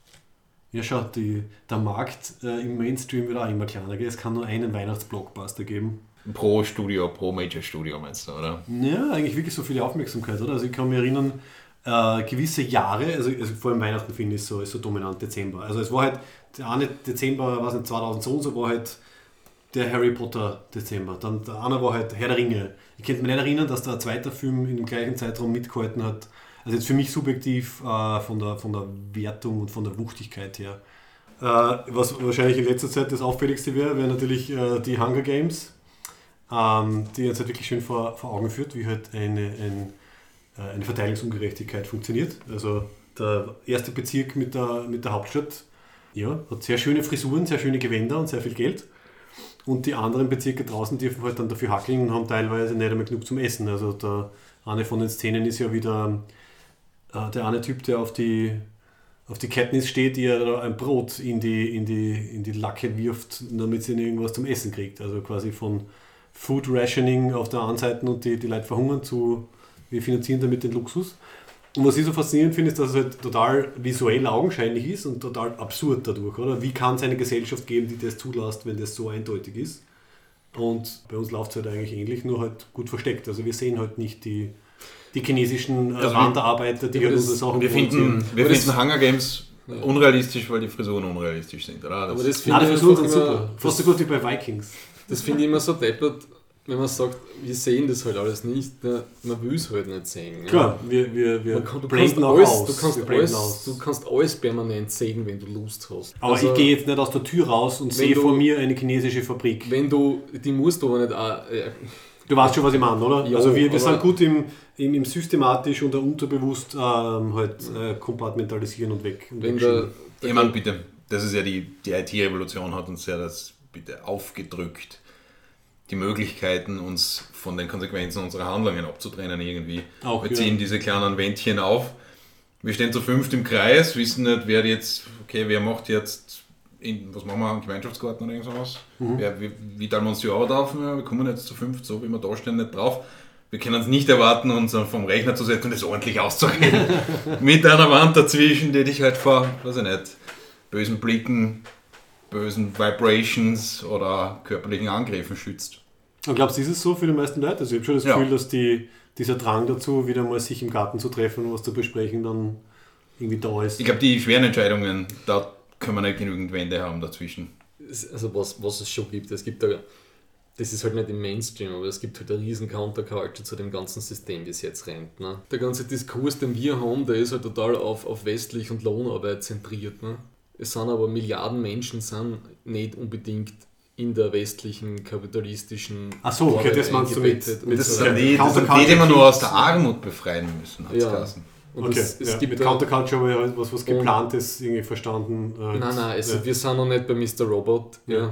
ja schau, die, der Markt äh, im Mainstream wird auch immer kleiner. Gell? Es kann nur einen Weihnachtsblockbuster geben. Pro Studio, pro Major Studio meinst du, oder? Ja, eigentlich wirklich so viel Aufmerksamkeit, oder? Also ich kann mich erinnern, äh, gewisse Jahre, also, also vor allem Weihnachten finde ich so, ist so dominant Dezember. Also es war halt, der eine Dezember, was nicht, zweitausend so und so war halt der Harry Potter Dezember. Dann der andere war halt Herr der Ringe. Ich könnte mich nicht erinnern, dass da ein zweiter Film in dem gleichen Zeitraum mitgehalten hat. Also jetzt für mich subjektiv äh, von, der, von der Wertung und von der Wuchtigkeit her. Äh, was wahrscheinlich in letzter Zeit das auffälligste wäre, wäre natürlich äh, die Hunger Games, ähm, die uns halt wirklich schön vor, vor Augen führt, wie halt eine, ein, äh, eine Verteilungsungerechtigkeit funktioniert. Also der erste Bezirk mit der, mit der Hauptstadt ja, hat sehr schöne Frisuren, sehr schöne Gewänder und sehr viel Geld. Und die anderen Bezirke draußen dürfen halt dann dafür hackeln und haben teilweise nicht einmal genug zum Essen. Also der, eine von den Szenen ist ja wieder äh, der eine Typ, der auf die, auf die Katniss steht, die ja ein Brot in die, in, die, in die Lacke wirft, damit sie irgendwas zum Essen kriegt. Also quasi von Food Rationing auf der einen Seite und die, die Leute verhungern zu, wir finanzieren damit den Luxus. Und was ich so faszinierend finde, ist, dass es halt total visuell augenscheinlich ist und total absurd dadurch, oder? Wie kann es eine Gesellschaft geben, die das zulässt, wenn das so eindeutig ist? Und bei uns läuft es halt eigentlich ähnlich, nur halt gut versteckt. Also wir sehen halt nicht die, die chinesischen äh, Also Wanderarbeiter, die ja, halt das- unsere Sachen Wir finden, wir Aber das- finden Hunger Games Ja. unrealistisch, weil die Frisuren unrealistisch sind, oder? Aber Das, das Nein, finde die ich, Frisuren einfach sind immer- super. Fast so gut wie bei Vikings. das finde ich immer so deppert, wenn man sagt, wir sehen das halt alles nicht. Ne? Man will es halt nicht sehen. Ne? Klar, wir, wir, wir Man kann, du, kannst blenden auch alles, aus. du, kannst wir blenden alles, aus. du kannst alles permanent sehen, wenn du Lust hast. Aber Also, ich gehe jetzt nicht aus der Tür raus und wenn sehe du- vor mir eine chinesische Fabrik. Wenn du, die musst du aber nicht auch, äh, Du weißt schon, was ich meine, oder? Ja, also wir, wir aber- sind gut im, im, im systematisch und unterbewusst ähm, halt äh, kompartmentalisieren und weg. Und wenn wegschieben. der, ich meine, bitte, das ist ja die, die I T-Revolution hat uns ja das bitte aufgedrückt. Die Möglichkeiten, uns von den Konsequenzen unserer Handlungen abzutrennen irgendwie. Auch, wir ja. ziehen diese kleinen Wändchen auf. Wir stehen zu fünft im Kreis, wissen nicht, wer jetzt, okay, wer macht jetzt, in, was machen wir, einen Gemeinschaftsgarten oder irgend sowas? Mhm. Wer, wie, wie teilen wir uns die Arbeit auf? Ja, wir kommen jetzt zu fünft, so wie wir da stehen, nicht drauf. Wir können es nicht erwarten, uns vom Rechner zu setzen und das ordentlich auszureden. Mit einer Wand dazwischen, die dich halt vor, weiß ich nicht, bösen Blicken, bösen Vibrations oder körperlichen Angriffen schützt. Und glaubst du, ist es so für die meisten Leute? Also ich habe schon das Ja. Gefühl, dass die, dieser Drang dazu, wieder mal sich im Garten zu treffen und was zu besprechen, dann irgendwie da ist. Ich glaube, die schweren Entscheidungen, da können wir nicht genügend Wände haben dazwischen. also was, was es schon gibt, es gibt da, das ist halt nicht im Mainstream, aber es gibt halt eine riesen Counterculture zu dem ganzen System, wie es jetzt rennt. Ne? Der ganze Diskurs, den wir haben, der ist halt total auf, auf westlich und Lohnarbeit zentriert. Ne? Es sind aber Milliarden Menschen, sind nicht unbedingt in der westlichen kapitalistischen Ach so, okay, Arbeit das meinst du mit- eingebettet. mit Und das- so- ja, die, das sind Counterculture die, die wir nur aus der Kings. Armut befreien müssen, hat es Ja. geheißen. und Okay, es, es ja. gibt mit da- Counterculture habe ich halt was, was Geplantes irgendwie verstanden. Äh, Nein, nein, also ja. wir sind noch nicht bei Mister Robot, ja. Ja.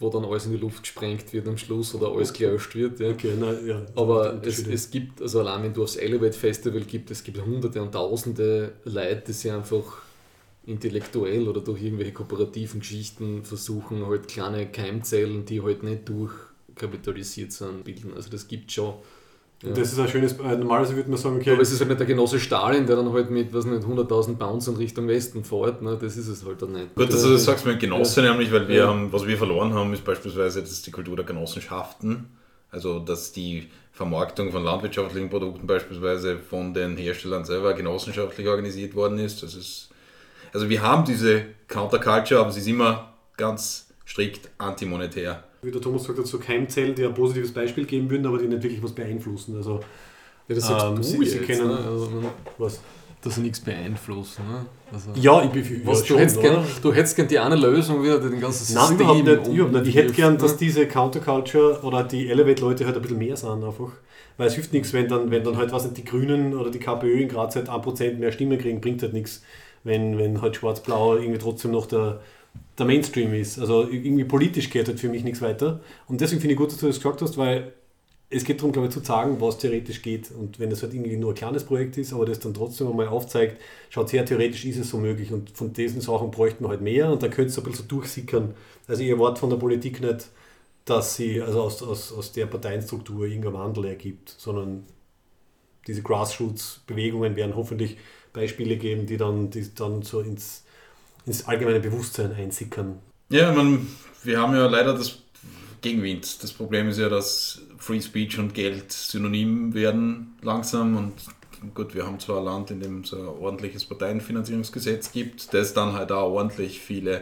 wo dann alles in die Luft gesprengt wird am Schluss oder alles gelöscht wird. Ja. Okay, na, ja, Aber es, es gibt, also allein wenn du aufs Elevate Festival gibt, es gibt hunderte und tausende Leute, die sich einfach intellektuell oder durch irgendwelche kooperativen Geschichten versuchen, halt kleine Keimzellen, die halt nicht durchkapitalisiert sind, bilden. Also das gibt schon. Ja. Das ist ein schönes, äh, normalerweise würde man sagen, okay. Aber es ist halt nicht der Genosse Stalin, der dann halt mit, was nicht, hunderttausend Pounds in Richtung Westen fährt, ne? Das ist es halt dann nicht. Gut, dass du das sagst mit Genosse, ja. nämlich, weil wir Ja. haben, was wir verloren haben, ist beispielsweise das ist die Kultur der Genossenschaften. Also, dass die Vermarktung von landwirtschaftlichen Produkten beispielsweise von den Herstellern selber genossenschaftlich organisiert worden ist. Das ist also, wir haben diese Counterculture, aber sie ist immer ganz strikt antimonetär. Wie der Thomas sagt, so Keimzellen, die ein positives Beispiel geben würden, aber die nicht wirklich was beeinflussen. Also, Ja, das sagst ähm, du sie, jetzt, sie können, ne? Also, was? dass sie nichts beeinflussen. Ne? Also, Ja, ich bin was, ja, du, hättest oder? gern, du hättest gern die eine Lösung wieder, die den ganzen Nein, System überhaupt nicht, überhaupt nicht. Ich hätte umwirft, gern, ne? dass diese Counterculture oder die Elevate-Leute halt ein bisschen mehr sind einfach. Weil es hilft nichts, wenn dann, wenn dann halt, was nicht, die Grünen oder die KPÖ in Graz halt ein Prozent mehr Stimmen kriegen, bringt halt nichts, wenn, wenn halt Schwarz-Blau irgendwie trotzdem noch der, der Mainstream ist. Also irgendwie politisch geht halt für mich nichts weiter. Und deswegen finde ich gut, dass du das gesagt hast, weil es geht darum, glaube ich, zu sagen, was theoretisch geht. Und wenn es halt irgendwie nur ein kleines Projekt ist, aber das dann trotzdem einmal aufzeigt, schaut sehr theoretisch ist es so möglich. Und von diesen Sachen bräuchten wir halt mehr und dann könnte es ein bisschen so durchsickern. Also ich erwarte von der Politik nicht, dass sie also aus, aus, aus der Parteienstruktur irgendein Wandel ergibt, sondern diese Grassroots-Bewegungen werden hoffentlich Beispiele geben, die dann, die dann so ins, ins allgemeine Bewusstsein einsickern. Ja, man, wir haben ja leider das Gegenwind. Das Problem ist ja, dass Free Speech und Geld synonym werden langsam und gut, wir haben zwar ein Land, in dem es ein ordentliches Parteienfinanzierungsgesetz gibt, das dann halt auch ordentlich viele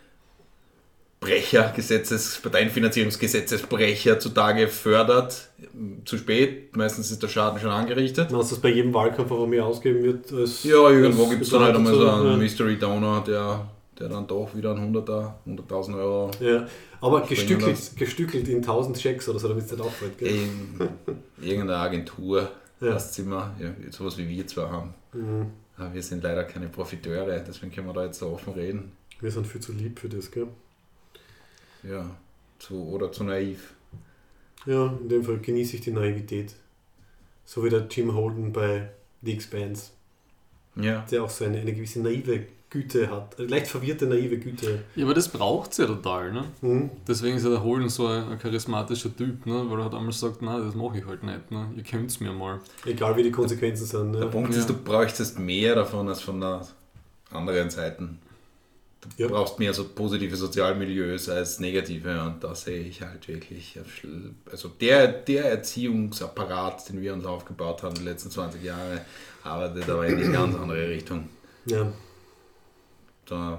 Brecher, Gesetzes, Parteienfinanzierungsgesetzesbrecher zutage fördert. Zu spät, meistens ist der Schaden schon angerichtet. Dass das bei jedem Wahlkampf aber mehr ausgeben wird. Als, Ja, irgendwo als gibt es dann halt einmal so einen ja. Mystery Donor, der, der dann doch wieder ein hunderter, hunderttausend Euro. Ja, aber springen gestückelt, lässt. gestückelt in tausend Schecks oder so, damit es nicht auffällt. Gell? In irgendeine Agentur, Ja. das immer, ja, sowas wie wir zwar haben. Mhm. Aber wir sind leider keine Profiteure, deswegen können wir da jetzt so offen reden. Wir sind viel zu lieb für das, gell? Ja, zu, oder zu naiv. Ja, in dem Fall genieße ich die Naivität. So wie der Jim Holden bei The Expanse, Ja. der auch so eine, eine gewisse naive Güte hat. Eine leicht verwirrte naive Güte. Ja, aber das braucht es ja total. Ne? Mhm. Deswegen ist ja der Holden so ein, ein charismatischer Typ, ne? Weil er halt einmal sagt, nein, das mache ich halt nicht. Ne? Ihr könnt es mir mal. Egal wie die Konsequenzen sind. Der Ja. Punkt Ja. ist, du bräuchtest mehr davon als von der anderen Seite. Du Ja. brauchst mehr so positive Sozialmilieus als negative und da sehe ich halt wirklich, also der, der Erziehungsapparat, den wir uns aufgebaut haben die letzten zwanzig Jahre, arbeitet aber in eine ganz andere Richtung. Ja. Da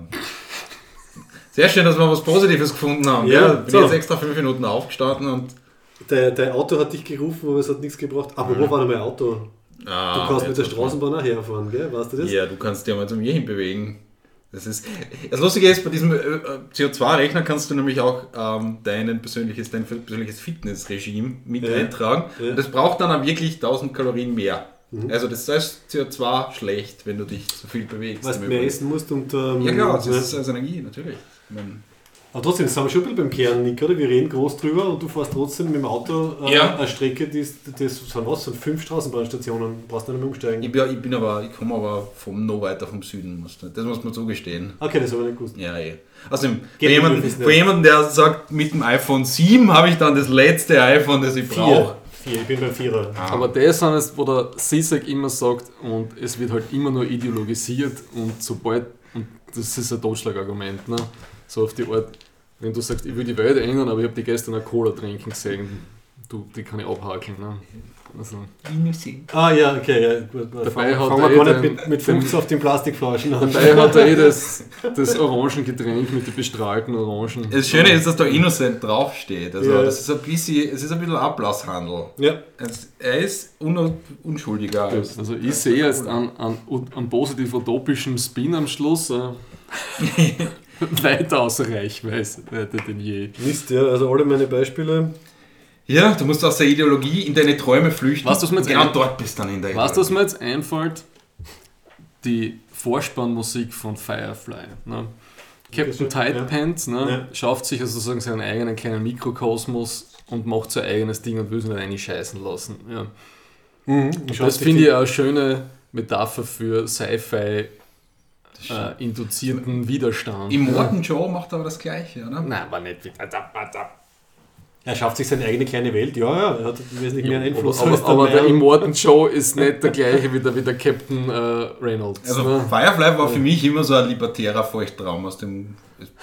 sehr schön, dass wir was Positives gefunden haben. Ja, Ja, bin so. jetzt extra fünf Minuten aufgestanden und Dein, dein Auto hat dich gerufen, aber es hat nichts gebracht. Aber wo war denn mein Auto? Du ah, kannst mit jetzt der hat's Straßenbahn auch herfahren, gell? Weißt du das? Ja, du kannst dir mal zum Hier hinbewegen. Das ist. Das Lustige ist, bei diesem äh, C O zwei Rechner kannst du nämlich auch ähm, dein persönliches, dein persönliches Fitnessregime mit Ja. eintragen. Ja. Und das braucht dann auch wirklich tausend Kalorien mehr. Mhm. Also das ist C O zwei schlecht, wenn du dich zu viel bewegst. Weil du im mehr Übrigen. essen musst und... Ähm, Ja klar, das ja. ist also Energie, natürlich. Ich mein, Aber trotzdem, das sind wir schon ein bisschen beim Kern, Nick, oder? Wir reden groß drüber und du fährst trotzdem mit dem Auto äh, Ja. eine Strecke, die ist- das sind was, sind fünf Straßenbahnstationen, brauchst du nicht mehr umsteigen. ich, bin, ich bin aber, ich komme aber vom noch weiter vom Süden, muss- das muss man zugestehen. Okay, das habe ich nicht gewusst. Ja, eh. Außerdem, von Geht jemandem, übrigens nicht. von jemandem, der sagt, mit dem iPhone sieben habe ich dann das letzte iPhone, das ich brauche. Vier. Vier, ich bin beim Vierer. Ah. Aber das sind es, wo der Sisek immer sagt, und es wird halt immer nur ideologisiert und sobald, und das ist ein Totschlagargument, ne? So auf die Art, wenn du sagst, ich will die Welt ändern, aber ich habe die gestern eine Cola trinken gesehen, du, die kann ich abhakeln. Ne? Also, Ah ja, okay, ja, gut. Dabei Fangen hat fangen er wir eh gar nicht den- mit, mit fünfzehn auf den Plastikflaschen an. dabei hat er eh das, das Orangengetränk mit den bestrahlten Orangen. Das Schöne ist, dass da Innocent draufsteht. Also Ja. das ist ein bisschen, es ist ein bisschen Ablasshandel. Ja, Es, er ist un, unschuldiger als. Also ich sehe jetzt einen, einen, einen positiv utopischen Spin am Schluss, äh, weiter außer Reichweite denn je. Mist, ja, also alle meine Beispiele. Ja, du musst aus der Ideologie in deine Träume flüchten. Weißt du, was mir jetzt genau ein- dort bist dann in der Weißt du, was mir jetzt einfällt? Die Vorspannmusik von Firefly. Ne? Captain Tight Pants, ne, Ja. schafft sich also sozusagen seinen eigenen kleinen Mikrokosmos und macht sein eigenes Ding und will es nicht reinscheißen lassen. Ja. Mhm. Das finde ich eine schöne Metapher für Sci-Fi äh, induzierten Widerstand. Immortan Joe macht aber das Gleiche, oder? Nein, aber nicht. Er schafft sich seine eigene kleine Welt, ja, ja, er hat wesentlich mehr Einfluss. aber als aber, aber der Meyer. Immortan Joe ist nicht der gleiche wie der, wie der Captain äh, Reynolds. Also ne? Firefly war für mich immer so ein libertärer Feuchttraum aus dem...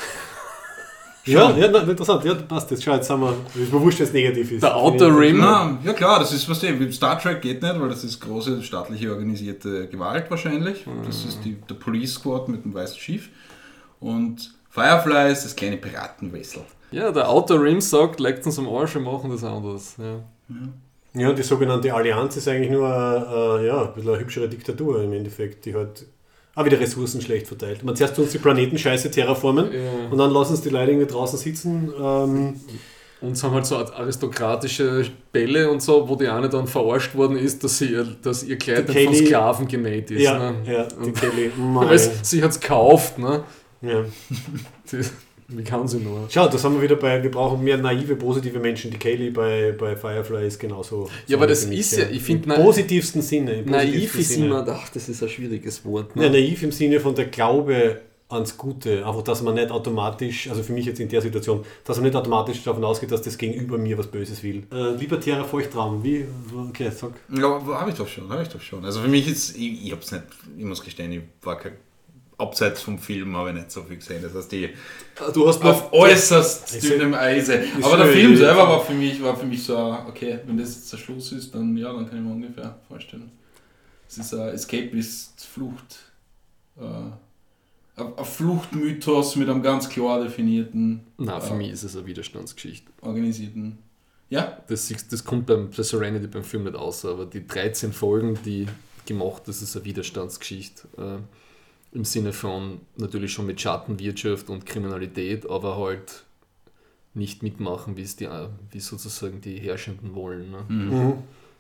Ja, ja, na, interessant, ja, passt jetzt. Schau, jetzt haben wir, ist mir wurscht, wenn es negativ ist. Der Outer Rim. Na, ja klar, das ist was dem. Star Trek geht nicht, weil das ist große staatliche organisierte Gewalt wahrscheinlich. Das ist die, der Police Squad mit dem weißen Schiff. Und Firefly ist das kleine Piratenwessel. Ja, der Outer Rim sagt, legt uns am Arsch, wir machen das anders. Ja. Ja, die sogenannte Allianz ist eigentlich nur äh, ja, ein bisschen eine hübschere Diktatur im Endeffekt, die halt auch wieder Ressourcen schlecht verteilt. Man zuerst uns die Planeten scheiße terraformen Ja. und dann lassen uns die Leute irgendwie draußen sitzen. Ähm, Und haben halt so aristokratische Bälle und so, wo die eine dann verarscht worden ist, dass, sie ihr, dass ihr Kleid Die dann von Kelly- Sklaven genäht ist. ja, Ne? ja, die Und Kelly. aber es, sie hat es gekauft. Ne? Ja. Die, wie kann sie nur? Schau, da sind wir wieder bei, wir brauchen mehr naive, positive Menschen. Die Kaylee bei, bei Firefly ist genauso. Ja, aber das für mich, ist ja, ich finde, im positivsten Sinne. Im naiv positivsten ist Sinne. immer, ach, das ist ein schwieriges Wort. Ne? Ja, naiv im Sinne von der Glaube ans Gute. Einfach, dass man nicht automatisch, also für mich jetzt in der Situation, dass man nicht automatisch davon ausgeht, dass das Gegenüber mir was Böses will. Äh, libertärer Feuchtraum, wie? Okay, sag. Ja, habe ich doch schon, habe ich doch schon. Also für mich ist, ich, ich hab's nicht, ich muss gestehen, ich war kein, abseits vom Film habe ich nicht so viel gesehen. Das heißt, die Du hast auf äußerst Ich dünnem Eise. ist Aber der schön, Film ja. selber war für mich, war für mich so, okay, wenn das jetzt der Schluss ist, dann ja, dann kann ich mir ungefähr vorstellen. Es ist ein Escapist, Flucht, äh, ein ein Fluchtmythos mit einem ganz klar definierten, Nein, für äh, mich ist es eine Widerstandsgeschichte. organisierten. Ja, Das, das kommt beim bei Serenity beim Film nicht aus, aber die dreizehn Folgen, die gemacht, das ist eine Widerstandsgeschichte. Äh, Im Sinne von natürlich schon mit Schattenwirtschaft und Kriminalität, aber halt nicht mitmachen, wie es die, wie sozusagen die Herrschenden wollen. Ne? Mhm.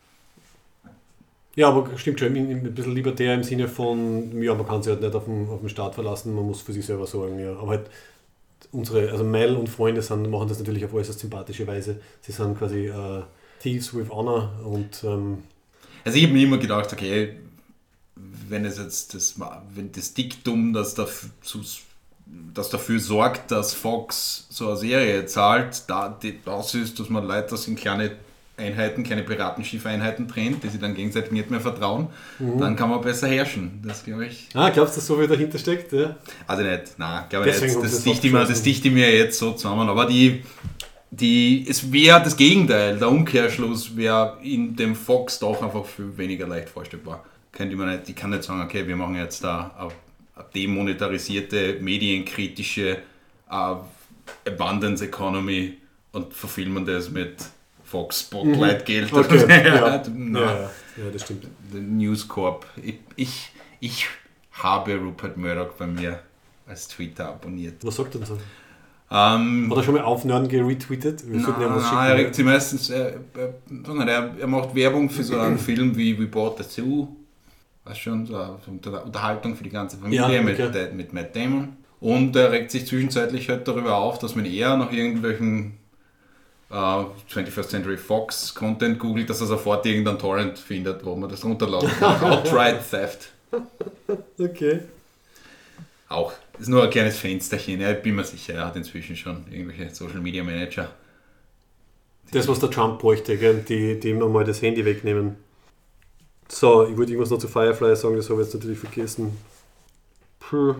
Ja, aber stimmt schon, ein bisschen libertär im Sinne von, ja, man kann sich halt nicht auf den, auf den Staat verlassen, man muss für sich selber sorgen. Ja. Aber halt unsere, also Mel und Freunde sind, machen das natürlich auf äußerst sympathische Weise. Sie sind quasi äh, Thieves with Honor und ähm, also ich habe mir immer gedacht, okay, wenn es jetzt das, wenn das Diktum, das dafür, das dafür sorgt, dass Fox so eine Serie zahlt, da, die, das ist, dass man Leute das in kleine Einheiten, kleine Piratenschiff-Einheiten trennt, die sich dann gegenseitig nicht mehr vertrauen, Mhm. dann kann man besser herrschen. Das glaube ich. ah, glaubst du, dass so viel dahinter steckt? Ja? Also nicht, nein, glaube ich Deswegen nicht. haben Das sie es dichte ich mir, das abgeschlossen. dichte ich mir jetzt so zusammen. Aber die, die, es wäre das Gegenteil. Der Umkehrschluss wäre in dem Fox doch einfach viel weniger leicht vorstellbar. Könnte man nicht, ich kann nicht sagen, okay, wir machen jetzt da eine, eine demonetarisierte, medienkritische uh, Abundance Economy und verfilmen das mit Fox Spotlight Geld. Okay, ja. Nein. Ja, ja, ja, das stimmt. Der News Corp. Ich, ich, ich habe Rupert Murdoch bei mir als Twitter abonniert. Was sagt er denn so? Ähm, Hat er schon mal Aufnahmen geretweetet? Wir sollten ihm was Nein, er regt schicken. sich meistens, er, er, er, er macht Werbung für so einen Film wie We Bought the Zoo. Weißt schon, so eine Unterhaltung für die ganze Familie Ja, mit, okay. äh, mit Matt Damon. Und er regt sich zwischenzeitlich halt darüber auf, dass man eher nach irgendwelchen äh, twenty-first Century Fox Content googelt, dass er sofort irgendeinen Torrent findet, wo man das runterladen kann. Outright Theft. Okay. Auch. Das ist nur ein kleines Fensterchen. Ja, ich bin mir sicher, er hat inzwischen schon irgendwelche Social Media Manager. Das, was der Trump bräuchte, gell? Die, die ihm einmal das Handy wegnehmen. So, ich wollte irgendwas noch zu Firefly sagen, das habe ich jetzt natürlich vergessen. Puh.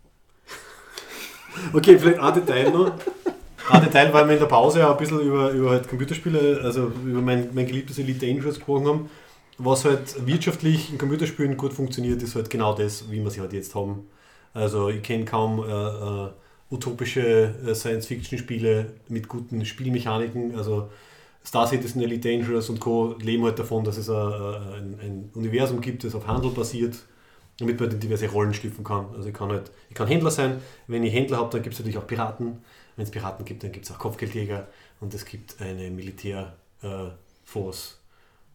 Okay, vielleicht ein Detail noch. Ein Detail, weil wir in der Pause auch ein bisschen über, über halt Computerspiele, also über mein, mein geliebtes Elite Dangerous gesprochen haben. Was halt wirtschaftlich in Computerspielen gut funktioniert, ist halt genau das, wie wir sie halt jetzt haben. Also ich kenne kaum äh, äh, utopische äh, Science-Fiction-Spiele mit guten Spielmechaniken. Also Star Citizen, Elite Dangerous und Co. leben halt davon, dass es ein, ein, ein Universum gibt, das auf Handel basiert, damit man diverse Rollen schlüpfen kann. Also ich kann halt, ich kann Händler sein. Wenn ich Händler habe, dann gibt es natürlich auch Piraten. Wenn es Piraten gibt, dann gibt es auch Kopfgeldjäger und es gibt eine Militärforce.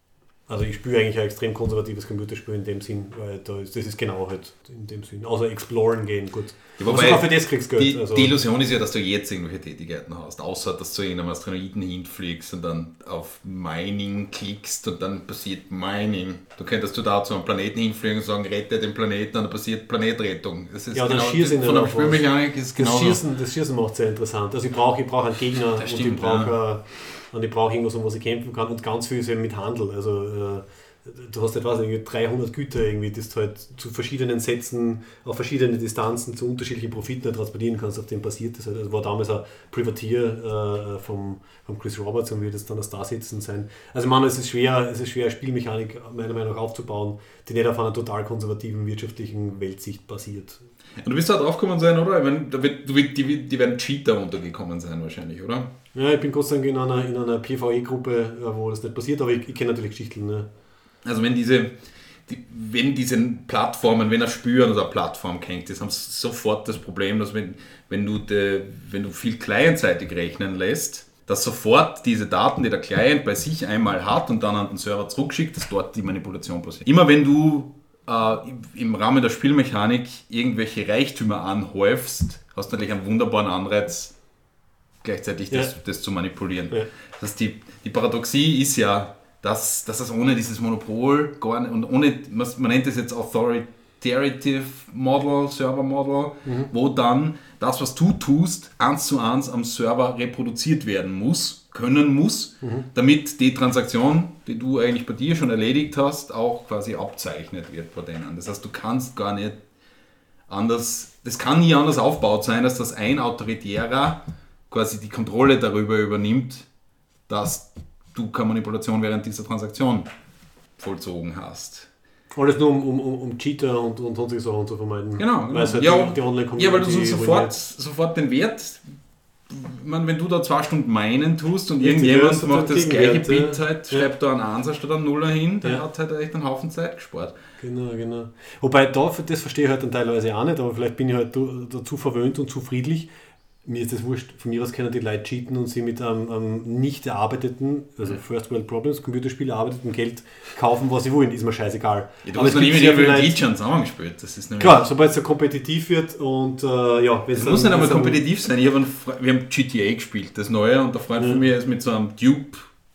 Also ich spiele eigentlich ein extrem konservatives Computerspiel in dem Sinn, weil da ist, das ist genau halt in dem Sinn. Außer Exploren gehen, gut. Ja, wobei auch für das kriegst du Geld. Die, also. die Illusion ist ja, dass du jetzt irgendwelche Tätigkeiten hast, außer dass du irgendeinem Asteroiden hinfliegst und dann auf Mining klickst und dann passiert Mining. Du könntest du da zu einem Planeten hinfliegen und sagen, rette den Planeten und dann passiert Planetrettung. Das ist ja, genau das Schießen von der Spielmechanik ist genau das Schießen, das Schießen macht es sehr interessant. Also ich brauche ich brauch einen Gegner das und stimmt, ich brauche ja. und ich brauche irgendwas, um was ich kämpfen kann und ganz viel ist eben mit Handel. Also äh, du hast etwas, dreihundert Güter irgendwie, das du halt zu verschiedenen Sätzen, auf verschiedene Distanzen, zu unterschiedlichen Profiten transportieren kannst, auf dem basiert das halt. Also war damals ein Privateer äh, vom, vom Chris Roberts und wird das dann als da sitzen sein. Also ich meine, es ist schwer, es ist schwer, Spielmechanik meiner Meinung nach aufzubauen, die nicht auf einer total konservativen wirtschaftlichen Weltsicht basiert. Und du wirst da drauf gekommen sein, oder? Ich meine, da wird, die, die werden Cheater untergekommen sein wahrscheinlich, oder? Ja, ich bin Gott sei Dank in einer, in einer PvE-Gruppe, wo das nicht passiert, aber ich, ich kenne natürlich Geschichten. Ne? Also wenn diese, die, wenn diese Plattformen, wenn er spüren oder eine Plattform kennt, das haben sofort das Problem, dass wenn, wenn, du de, wenn du viel clientseitig rechnen lässt, dass sofort diese Daten, die der Client bei sich einmal hat und dann an den Server zurückschickt, dass dort die Manipulation passiert. Immer wenn du äh, im Rahmen der Spielmechanik irgendwelche Reichtümer anhäufst, hast du natürlich einen wunderbaren Anreiz, gleichzeitig das, ja. das zu manipulieren. Ja. Das heißt, die, die Paradoxie ist ja, dass, dass das ohne dieses Monopol gar nicht, und ohne, man nennt das jetzt Authoritative Model, Server Model, mhm. wo dann das, was du tust, eins zu eins am Server reproduziert werden muss, können muss, mhm. damit die Transaktion, die du eigentlich bei dir schon erledigt hast, auch quasi abzeichnet wird bei denen. Das heißt, du kannst gar nicht anders, das kann nie anders aufgebaut sein, als dass ein Autoritärer quasi die Kontrolle darüber übernimmt, dass du keine Manipulation während dieser Transaktion vollzogen hast. Alles nur um, um, um Cheater und, und sonstige Sachen zu vermeiden. Genau. genau. Weil halt ja, die, die Online-Community ja, weil du sofort, sofort den Wert, man, wenn du da zwei Stunden meinen tust und irgendjemand macht das gleiche Bit, ja. halt, schreibt ja. da einen Einser statt einen Nuller hin, der ja. hat halt echt einen Haufen Zeit gespart. Genau, genau. Wobei, da, das verstehe ich halt dann teilweise auch nicht, aber vielleicht bin ich halt dazu verwöhnt und zu friedlich. Mir ist das wurscht, von mir aus können die Leute cheaten und sie mit einem, einem nicht erarbeiteten, also First World Problems, Computerspiele erarbeiteten Geld kaufen, was sie wollen, ist mir scheißegal. Ja, du hast noch nie mit irgendwelchen Glitchern zusammengespielt. Das ist klar, sobald es so kompetitiv wird und äh, ja... Es muss nicht einmal kompetitiv sein. Ich hab einen, wir haben G T A gespielt, das neue, und der Freund ja. von mir ist mit so einem Dupe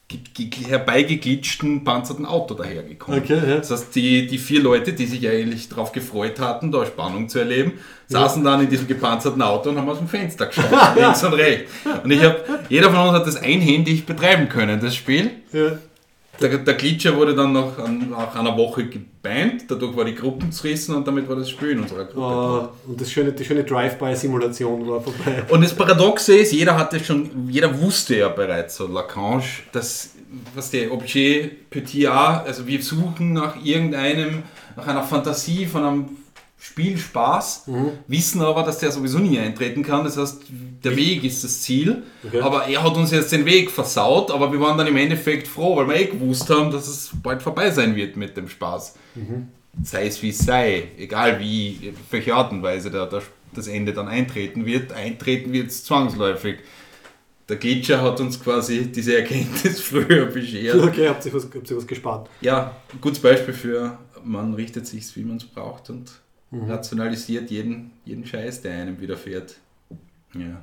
herbeigeglitschten, panzerten Auto dahergekommen. Okay, ja. Das heißt, die, die vier Leute, die sich eigentlich darauf gefreut hatten, da Spannung zu erleben, saßen ja. dann in diesem gepanzerten Auto und haben aus dem Fenster geschaut, links und rechts. Und ich habe, jeder von uns hat das einhändig betreiben können, das Spiel. Ja. Der, der Glitscher wurde dann nach, nach einer Woche gebannt, dadurch war die Gruppe zerrissen und damit war das Spiel in unserer Gruppe. Oh, und das schöne, die schöne Drive-by-Simulation war vorbei. Und das Paradoxe ist, jeder hatte schon, jeder wusste ja bereits, so Lacanche, dass, was der Objet Petit A, also wir suchen nach irgendeinem, nach einer Fantasie von einem Spielspaß, mhm. wissen aber, dass der sowieso nie eintreten kann. Das heißt, der Weg ist das Ziel. Okay. Aber er hat uns jetzt den Weg versaut, aber wir waren dann im Endeffekt froh, weil wir eh gewusst haben, dass es bald vorbei sein wird mit dem Spaß. Mhm. Sei es wie es sei, egal wie, auf welche Art und Weise der, der, das Ende dann eintreten wird, eintreten wird es zwangsläufig. Der Glitscher hat uns quasi diese Erkenntnis früher beschert. Okay, habt ihr was, habt ihr was gespart? Ja, ein gutes Beispiel für, man richtet sich, wie man es braucht und mhm. rationalisiert jeden, jeden Scheiß, der einem widerfährt. Ja.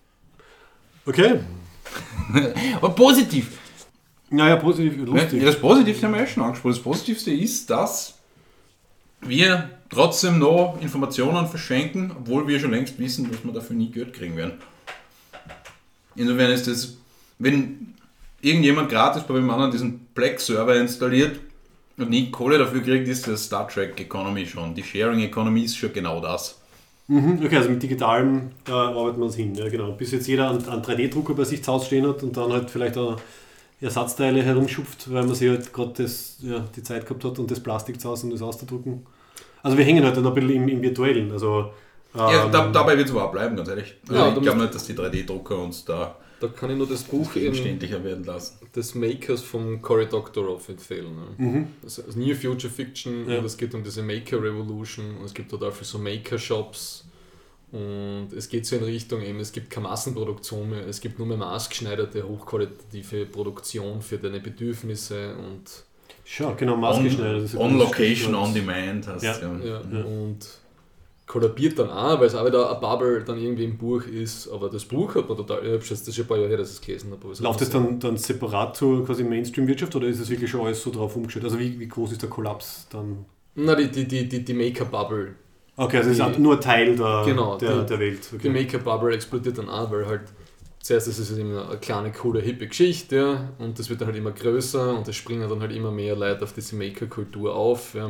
Okay. Aber positiv. Naja, positiv, lustig. Ja, das Positivste haben wir ja schon angesprochen. Das Positivste ist, dass wir trotzdem noch Informationen verschenken, obwohl wir schon längst wissen, dass wir dafür nie Geld kriegen werden. Insofern ist das, wenn irgendjemand gratis bei einem anderen diesen Black-Server installiert und nie Kohle dafür kriegt, ist das Star Trek Economy schon. Die Sharing Economy ist schon genau das. Mhm, okay, also mit digitalem äh, arbeiten wir uns hin. Ja, genau. Bis jetzt jeder einen, einen drei D-Drucker bei sich zu Hause stehen hat und dann halt vielleicht auch Ersatzteile herumschupft, weil man sich halt gerade ja, die Zeit gehabt hat und das Plastik zu Hause, um das auszudrucken. Also wir hängen halt dann ein bisschen im, im Virtuellen. Also, ähm, ja, da, dabei wird es überhaupt bleiben, ganz ehrlich. Also ja, ich glaube nicht, dass die drei D-Drucker uns da... Da kann ich nur das Buch umständlicher werden lassen. Des Makers von Cory Doctorow empfehlen. Ne? Mhm. Das ist New Future Fiction, ja. Und es geht um diese Maker Revolution und es gibt total viele so Maker Shops und es geht so in Richtung eben, es gibt keine Massenproduktion mehr, es gibt nur mehr maßgeschneiderte, hochqualitative Produktion für deine Bedürfnisse und Schon, genau, maßgeschneidert. On, on Location, on Demand hast ja. ja. Ja, Ja. und kollabiert dann auch, weil es auch wieder ein Bubble dann irgendwie im Buch ist, aber das Buch hat man total, ich habe das ist schon ein paar Jahre her, dass ich es gelesen habe. Läuft das dann, dann separat zur quasi Mainstream-Wirtschaft oder ist es wirklich schon alles so drauf umgestellt? Also wie, wie groß ist der Kollaps dann? Na, die, die, die, die, die Maker-Bubble. Okay, also es Die- ist nur Teil der, Genau, der, die- der Welt. Die Okay. Maker-Bubble explodiert dann auch, weil halt zuerst ist es halt immer eine kleine, coole, hippe Geschichte, ja, und das wird dann halt immer größer und es springen dann halt immer mehr Leute auf diese Maker-Kultur auf. Ja.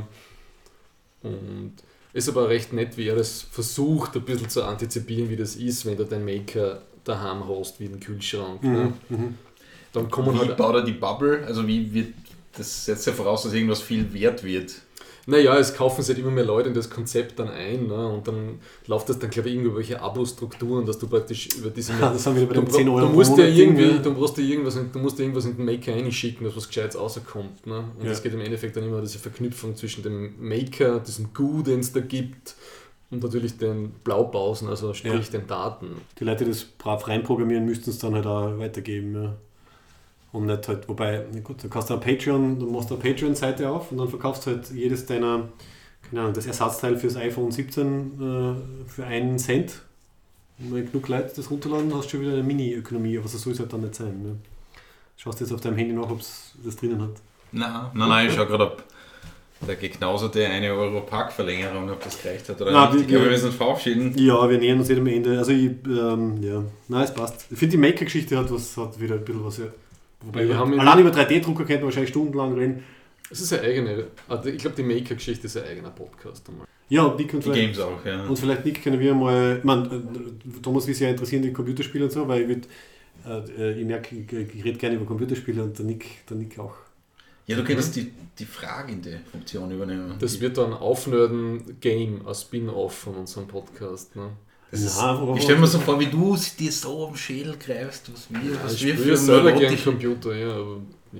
Und ist aber recht nett, wie er das versucht, ein bisschen zu antizipieren, wie das ist, wenn du deinen Maker daheim hast, wie einen Kühlschrank. Mhm. Ja. Mhm. Dann kommen Wie halt. baut er die Bubble? Also wie wird das setzt ja voraus, dass irgendwas viel wert wird. Naja, es kaufen sich halt immer mehr Leute in das Konzept dann ein, ne? Und dann läuft das dann, glaube ich, irgendwelche Abo-Strukturen, dass du praktisch über diese. Ah, das haben wir bei Du, dem zehn Euro du musst pro ja Monat irgendwie, Ding, du brauchst ja irgendwas, in- du musst ja irgendwas in den Maker reinschicken, dass was Gescheites rauskommt. Ne? Und Ja. es geht im Endeffekt dann immer diese Verknüpfung zwischen dem Maker, diesem Goo, den es da gibt, und natürlich den Blaupausen, also sprich Ja. den Daten. Die Leute, die das brav reinprogrammieren, müssten es dann halt auch weitergeben. Ja. Und nicht halt, wobei, na gut, du kannst ein Patreon, du machst eine Patreon-Seite auf und dann verkaufst du halt jedes deiner, keine Ahnung, das Ersatzteil fürs iPhone siebzehn äh, für einen Cent. Und wenn genug Leute das runterladen, hast du schon wieder eine Mini-Ökonomie, aber so soll es halt dann nicht sein. Ne? Schaust jetzt auf deinem Handy nach, ob es das drinnen hat. Nein, nein, nein, ich schau gerade, ob der geknauserte eine Euro Parkverlängerung, ob das gereicht hat oder Nein, nicht. die- Ich glaube, die- wir müssen uns verabschieden. Ja, wir nähern uns jedem Ende. Also, ich, ähm, ja, nein, es passt. Ich finde, die Maker-Geschichte hat, was, hat wieder ein bisschen was. Ja. Wobei, Ja, wir wir haben allein über drei D-Drucker könnte man wahrscheinlich stundenlang reden. Es ist eine eigene, also ich glaube, die Maker-Geschichte ist ein eigener Podcast. Einmal. Ja, und Nick und Die vielleicht, Games auch, ja. und vielleicht Nick können wir mal. Ich meine, äh, Thomas ist ja interessiert in die Computerspiele und so, weil ich, würd, äh, ich merke, ich, ich rede gerne über Computerspiele und der Nick, der Nick auch. Ja, du könntest die, die fragende Funktion übernehmen. Das wird dann Aufnörden Game, ein Spin-off von unserem Podcast. Ne? Das ist, Ja, aber- ich stelle mir so vor, wie du dir so am Schädel greifst, was wir, Ja, was ich wir spiele für selber gerne neurotische- Computer, ja, aber ja.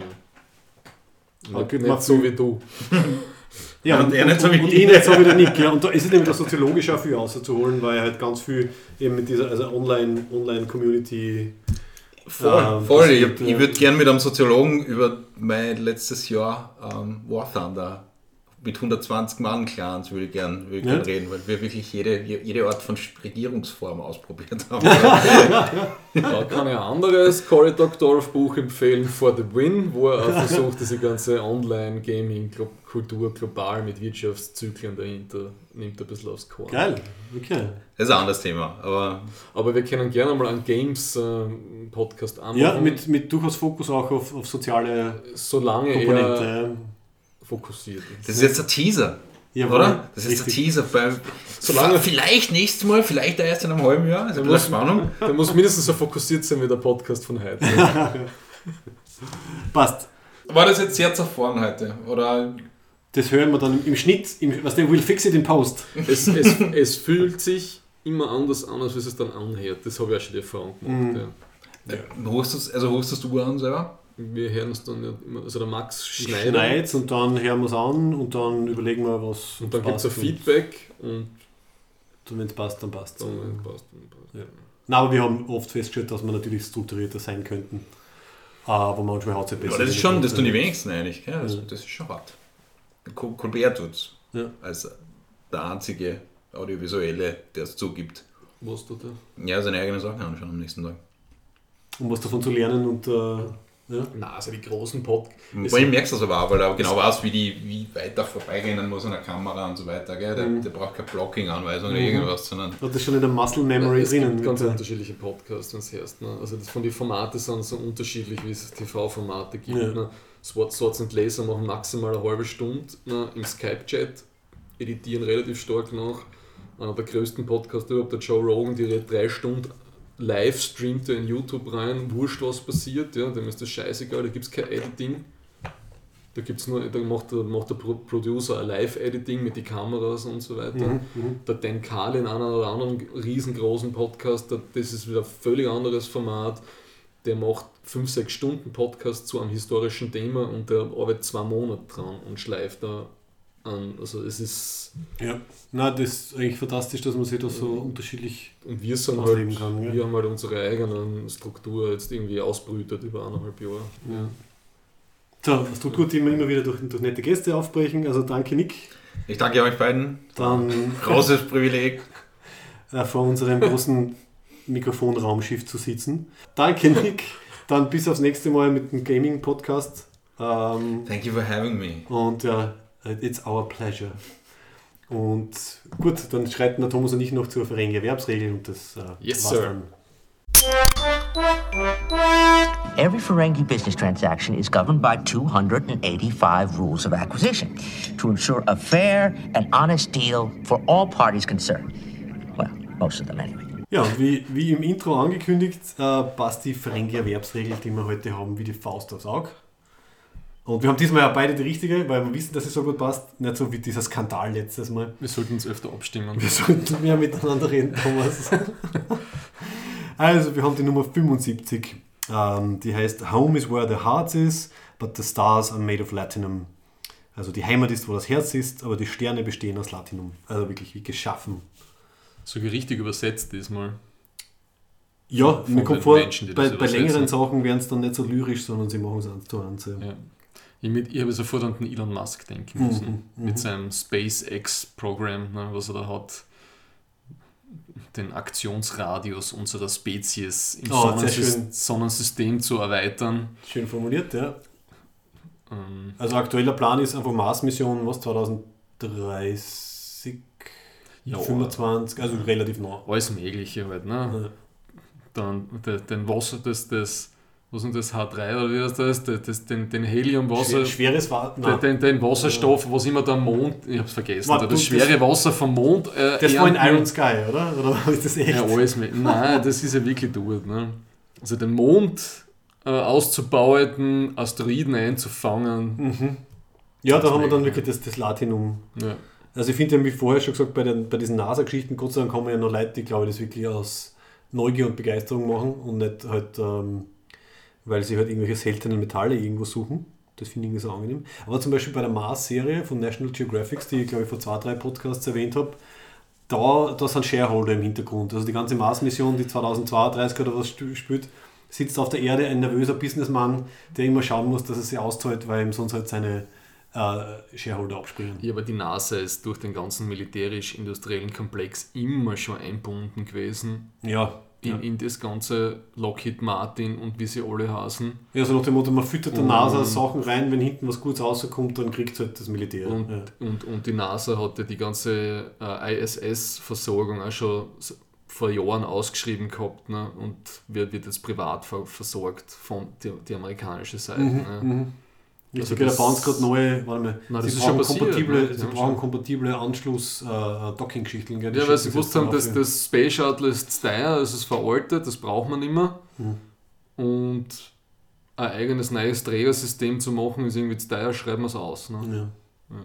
Aber Nicht, gut, nicht mach so du. wie du. Ja, und und, er und, nicht so wie und, und ich. ich nicht so wie der Nick. Ja. Und da ist es nämlich das soziologisch auch viel rauszuholen, weil halt ganz viel eben mit dieser also Online, Online-Community. Voll, Ähm, voll. das Ich, gibt, ich äh, würde gerne mit einem Soziologen über mein letztes Jahr ähm, War Thunder mit hundertzwanzig Mann-Clans würde ich gerne würd ich Ja. gern reden, weil wir wirklich jede, jede Art von Regierungsform ausprobiert haben. Da kann ich ein anderes Cory Doctorow Buch empfehlen, For the Win, wo er auch versucht, diese ganze Online-Gaming-Kultur global mit Wirtschaftszyklen dahinter, nimmt ein bisschen aufs Korn. Geil, okay. Das ist ein anderes Thema, aber Aber wir können gerne mal einen Games-Podcast anmachen. Ja, mit, mit durchaus Fokus auch auf, auf soziale solange Komponente. er ja. fokussiert ist. das ist jetzt ein Teaser, Jawohl, oder? Das ist jetzt ein richtig. Teaser. Bei, Solange- vielleicht nächstes Mal, vielleicht erst in einem halben Jahr, also ein bisschen Spannung. Der muss mindestens so fokussiert sein wie der Podcast von heute. Passt. War das jetzt sehr zerfahren heute? Oder Das hören wir dann im Schnitt, im, was der will fix it in Post. es, es, es fühlt sich immer anders an, als wie es dann anhört. Das habe ich auch schon die Erfahrung gemacht. Mhm. Ja. äh, hostest, also hostest du an selber? Wir hören es dann ja immer, also der Max schneidet Schneid's und dann hören wir es an und dann überlegen wir, was und dann gibt es ein passt. Feedback und Und wenn es passt, dann passt es. dann passt dann passt. Ja. Na, aber wir haben oft festgestellt, dass wir natürlich strukturierter sein könnten. Aber manchmal haut es ja besser. Ja, das ist schon, das tun die Weg. wenigsten eigentlich. Gell? Das, Ja. das ist schon hart. Col- Colbert tut's. Ja. Als der einzige Audiovisuelle, der es zugibt. Was du da? Ja, seine eigene Sachen anschauen am nächsten Tag. Um was davon zu lernen und äh, ja. Nein, also die großen Podcasts. Wobei ich merke das aber auch, weil er genau weiß, wie, die, wie weit er vorbeirennen muss an der Kamera und so weiter. Gell? Der, Mhm. der braucht keine Blocking-Anweisung oder Mhm. irgendwas, sondern Hat das schon in der Muscle Memory es drinnen. gibt ganz mit, äh, unterschiedliche Podcasts, wenn es heißt. Ne? Also das von den Formaten sind so unterschiedlich, wie es T V-Formate gibt. Ja. Ne? Swords, Swords und Laser machen maximal eine halbe Stunde ne? im Skype-Chat, editieren relativ stark nach. Einer der größten Podcasts überhaupt, der Joe Rogan, die redet drei Stunden live streamt er in YouTube rein, wurscht was passiert, ja? Dem ist das scheißegal, da gibt es kein Editing. Da, gibt's nur, da macht, der, macht der Pro- Producer ein Live-Editing mit den Kameras und so weiter. Mhm, mhm. Der Dan Carlin, einer oder anderen riesengroßen Podcast, der- das ist wieder ein völlig anderes Format. Der macht fünf sechs Stunden Podcast zu einem historischen Thema und der arbeitet zwei Monate dran und schleift da an. Also es ist, Ja. Na, das ist eigentlich fantastisch, dass man sich da so unterschiedlich. und wir sind Ausleben halt, kann, ja. wir haben halt unsere eigene Struktur jetzt irgendwie ausbrütet über eineinhalb Jahre. Ja. So, es tut gut, immer, immer wieder durch, durch nette Gäste aufbrechen. Also danke, Nick. Ich danke euch beiden. Dann großes Privileg. Äh, vor unserem großen Mikrofonraumschiff zu sitzen. Danke, Nick. Dann bis aufs nächste Mal mit dem Gaming-Podcast. Ähm, Thank you for having me. Und ja, it's our pleasure. Und gut, dann schreiten der Thomas und ich noch zur Ferengi-Erwerbsregel und das äh, yes, war's sir. dann. Every Ferengi business transaction is governed by two hundred eighty-five rules of acquisition to ensure a fair and honest deal for all parties concerned. Well, most of them anyway. Ja, und wie, wie im Intro angekündigt, äh, passt die Ferengi-Erwerbsregel, die wir heute haben, wie die Faust aufs Auge. Und wir haben diesmal ja beide die richtige, weil wir wissen, dass es so gut passt. Nicht so wie dieser Skandal letztes Mal. Wir sollten uns öfter abstimmen. Wir sollten mehr miteinander reden, Thomas. Also, wir haben die Nummer fünfundsiebzig. Ähm, die heißt Home is where the heart is, but the stars are made of Latinum. Also die Heimat ist, wo das Herz ist, aber die Sterne bestehen aus Latinum. Also wirklich wie geschaffen. Sogar richtig übersetzt diesmal. Ja, Von mir kommt den vor, Menschen, die bei, das bei längeren übersetzen. Sachen werden es dann nicht so lyrisch, sondern sie machen es eins zu eins. Ja. Ja. Ich, mit, ich habe sofort an den Elon Musk denken Mhm, müssen. mhm. Mit seinem SpaceX-Programm, ne, was er da hat. Den Aktionsradius unserer Spezies im Oh, sehr Sonnensys- schön. Sonnensystem zu erweitern. Schön formuliert, ja. Ähm, Also aktueller Plan ist einfach Mars-Mission, was zwanzig dreißig, ja, fünfundzwanzig, also relativ nah. alles Mögliche halt. Ne? Ja. Dann de, den Wasser, das, das, was ist das, H drei oder wie heißt das, das, das den, den Heliumwasser, Schwer, schweres Warten. den, den, den Wasserstoff, was immer der Mond, ich hab's vergessen, Warte, das du, schwere das- Wasser vom Mond. Äh, Das war in ernten. Iron Sky, oder? Oder ist das echt? Ja, alles mit. Nein, das ist ja wirklich dort. Ne? Also den Mond äh, auszubauen, Asteroiden einzufangen. Mhm. Ja, da haben wir dann Deswegen, wirklich das, das Latinum. Ja. Also ich finde ja, wie vorher schon gesagt, bei, den, bei diesen NASA-Geschichten, Gott sei Dank haben wir ja noch Leute, die, glaube ich, das wirklich aus Neugier und Begeisterung machen und nicht halt, ähm, weil sie halt irgendwelche seltenen Metalle irgendwo suchen. Das finde ich irgendwie so angenehm. Aber zum Beispiel bei der Mars-Serie von National Geographic, die ich glaube ich vor zwei, drei Podcasts erwähnt habe, da, da sind Shareholder im Hintergrund. Also die ganze Mars-Mission, die zweitausendzweiunddreißig oder was st- spielt, sitzt auf der Erde ein nervöser Businessman, der immer schauen muss, dass er sie auszahlt, weil ihm sonst halt seine äh, Shareholder abspringen. Ja, aber die NASA ist durch den ganzen militärisch-industriellen Komplex immer schon einbunden gewesen Ja. in, Ja. in das ganze Lockheed Martin und wie sie alle heißen. Ja, so nach dem Motto, man füttert der Und- NASA Sachen rein, wenn hinten was Gutes rauskommt, dann kriegt es halt das Militär. Und, ja. und, und die NASA hatte die ganze äh, I S S-Versorgung auch schon s- vor Jahren ausgeschrieben gehabt, ne? Und wird, wird jetzt privat ver versorgt von die, die amerikanische Seite. Ne? Mhm. Also Also da das- bauen sie gerade neue, warte mal, Nein, das sie ist schon brauchen passiert, kompatible, ne? sie Ja, brauchen schon. kompatible Anschluss-Docking-Geschichten. Ja, weil sie gewusst haben, dass das Space Shuttle ist zu teuer, es ist veraltet, das braucht man nicht mehr. Hm. Und ein eigenes neues Trägersystem zu machen, ist irgendwie zu teuer, schreiben wir es aus. Ne? Ja.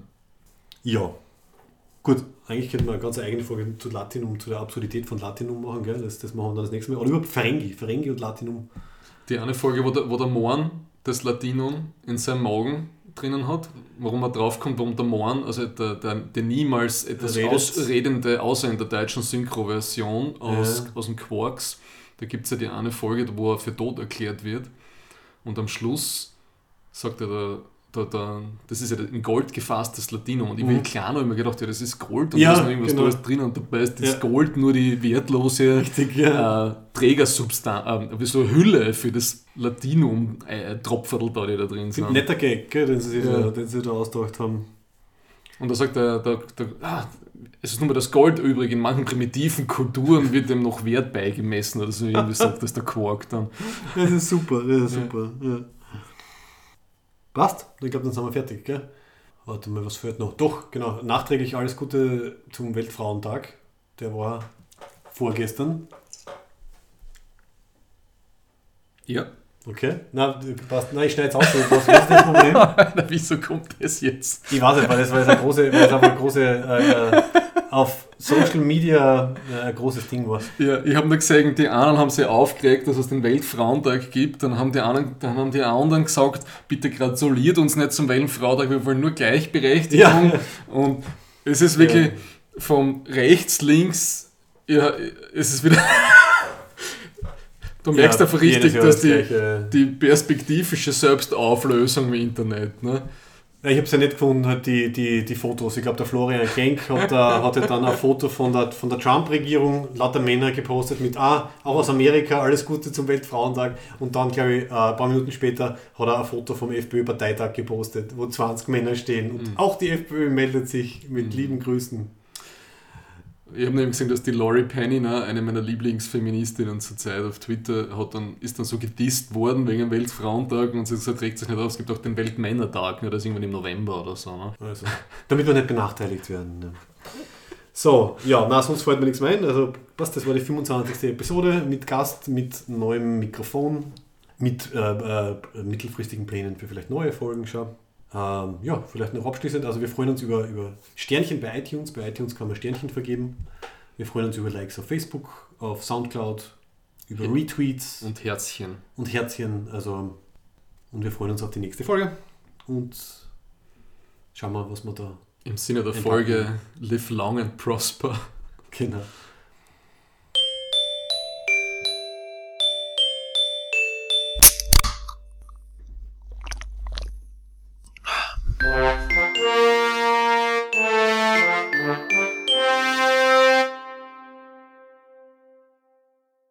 Ja. Gut, eigentlich könnte man eine ganz eigene Folge zu Latinum, zu der Absurdität von Latinum machen, gell? Das, das machen wir dann das nächste Mal. Oder überhaupt Ferengi, Ferengi und Latinum. Die eine Folge, wo der, wo der Morn das Latinum in seinem Magen drinnen hat, warum er draufkommt, warum der Morn, also der, der, der niemals etwas Redet. ausredende, außer in der deutschen Synchro-Version aus, Ja. aus dem Quarks, da gibt es ja die eine Folge, wo er für tot erklärt wird und am Schluss sagt er, der, der, der, das ist ja in Gold gefasstes Latinum und ich bin Mhm. klar noch immer gedacht, ja, das ist Gold und Ja, da ist noch irgendwas genau. Tolles drin und dabei ist das Ja. Gold nur die wertlose Richtig, ja. äh, Trägersubstanz, äh, wie so eine Hülle für das Latinum-Tropferl da, die da drin Ein sind. netter Gag, gell, den, sie sich Ja. da, den sie da ausgedacht haben. Und da sagt der, der, der ah, es ist nur mehr das Gold übrig, in manchen primitiven Kulturen wird dem noch Wert beigemessen oder so, irgendwie sagt das der Quark dann. Das ist super, das ist Ja. super. Ja. Passt? Ich glaube, dann sind wir fertig, gell? Warte mal, was fehlt noch? Doch, genau. Nachträglich alles Gute zum Weltfrauentag. Der war vorgestern. Ja. Okay. Na, passt. Nein, ich schneide es aus. Was ist das Problem? Wieso kommt das jetzt? Ich weiß nicht, weil das war jetzt eine große, weil das einfach eine große äh, äh, auf Social Media äh, ein großes Ding war. Ja, ich habe nur gesehen, die einen haben sich aufgeregt, dass es den Weltfrauentag gibt, dann haben die anderen, dann haben die anderen gesagt, bitte gratuliert uns nicht zum Weltfrauentag, wir wollen nur Gleichberechtigung. Ja. Und es ist wirklich Ja. vom rechts, links, ja, es ist wieder Du merkst Ja, einfach jedes richtig, Jahr dass das die, Gleiche. die perspektivische Selbstauflösung im Internet, ne? Ja, ich habe es ja nicht gefunden, halt die, die, die Fotos. Ich glaube, der Florian Genk hat, da, hat ja dann ein Foto von der, von der Trump-Regierung, lauter Männer gepostet mit, ah, auch aus Amerika, alles Gute zum Weltfrauentag. Und dann, glaube ich, ein paar Minuten später hat er ein Foto vom FPÖ-Parteitag gepostet, wo zwanzig Männer stehen. Und mhm. auch die FPÖ meldet sich mit mhm. lieben Grüßen. Ich habe nämlich gesehen, dass die Laurie Penny, ne, eine meiner Lieblingsfeministinnen zur Zeit auf Twitter, hat dann, ist dann so gedisst worden wegen dem Weltfrauentag und sie hat gesagt, regt sich nicht auf, es gibt auch den Weltmännertag, ne, das ist irgendwann im November oder so. Ne? Also, damit wir nicht benachteiligt werden. Ne. So, ja, na, sonst fällt mir nichts mehr ein. Also, passt, das war die fünfundzwanzigste Episode mit Gast, mit neuem Mikrofon, mit äh, äh, mittelfristigen Plänen für vielleicht neue Folgen schon. Ähm, ja, vielleicht noch abschließend, also wir freuen uns über, über Sternchen bei iTunes, bei iTunes kann man Sternchen vergeben. Wir freuen uns über Likes auf Facebook, auf Soundcloud, über ja. Retweets. Und Herzchen. Und Herzchen, also und wir freuen uns auf die nächste Folge und schauen wir, was wir da... Im Sinne der Folge, live long and prosper. Genau.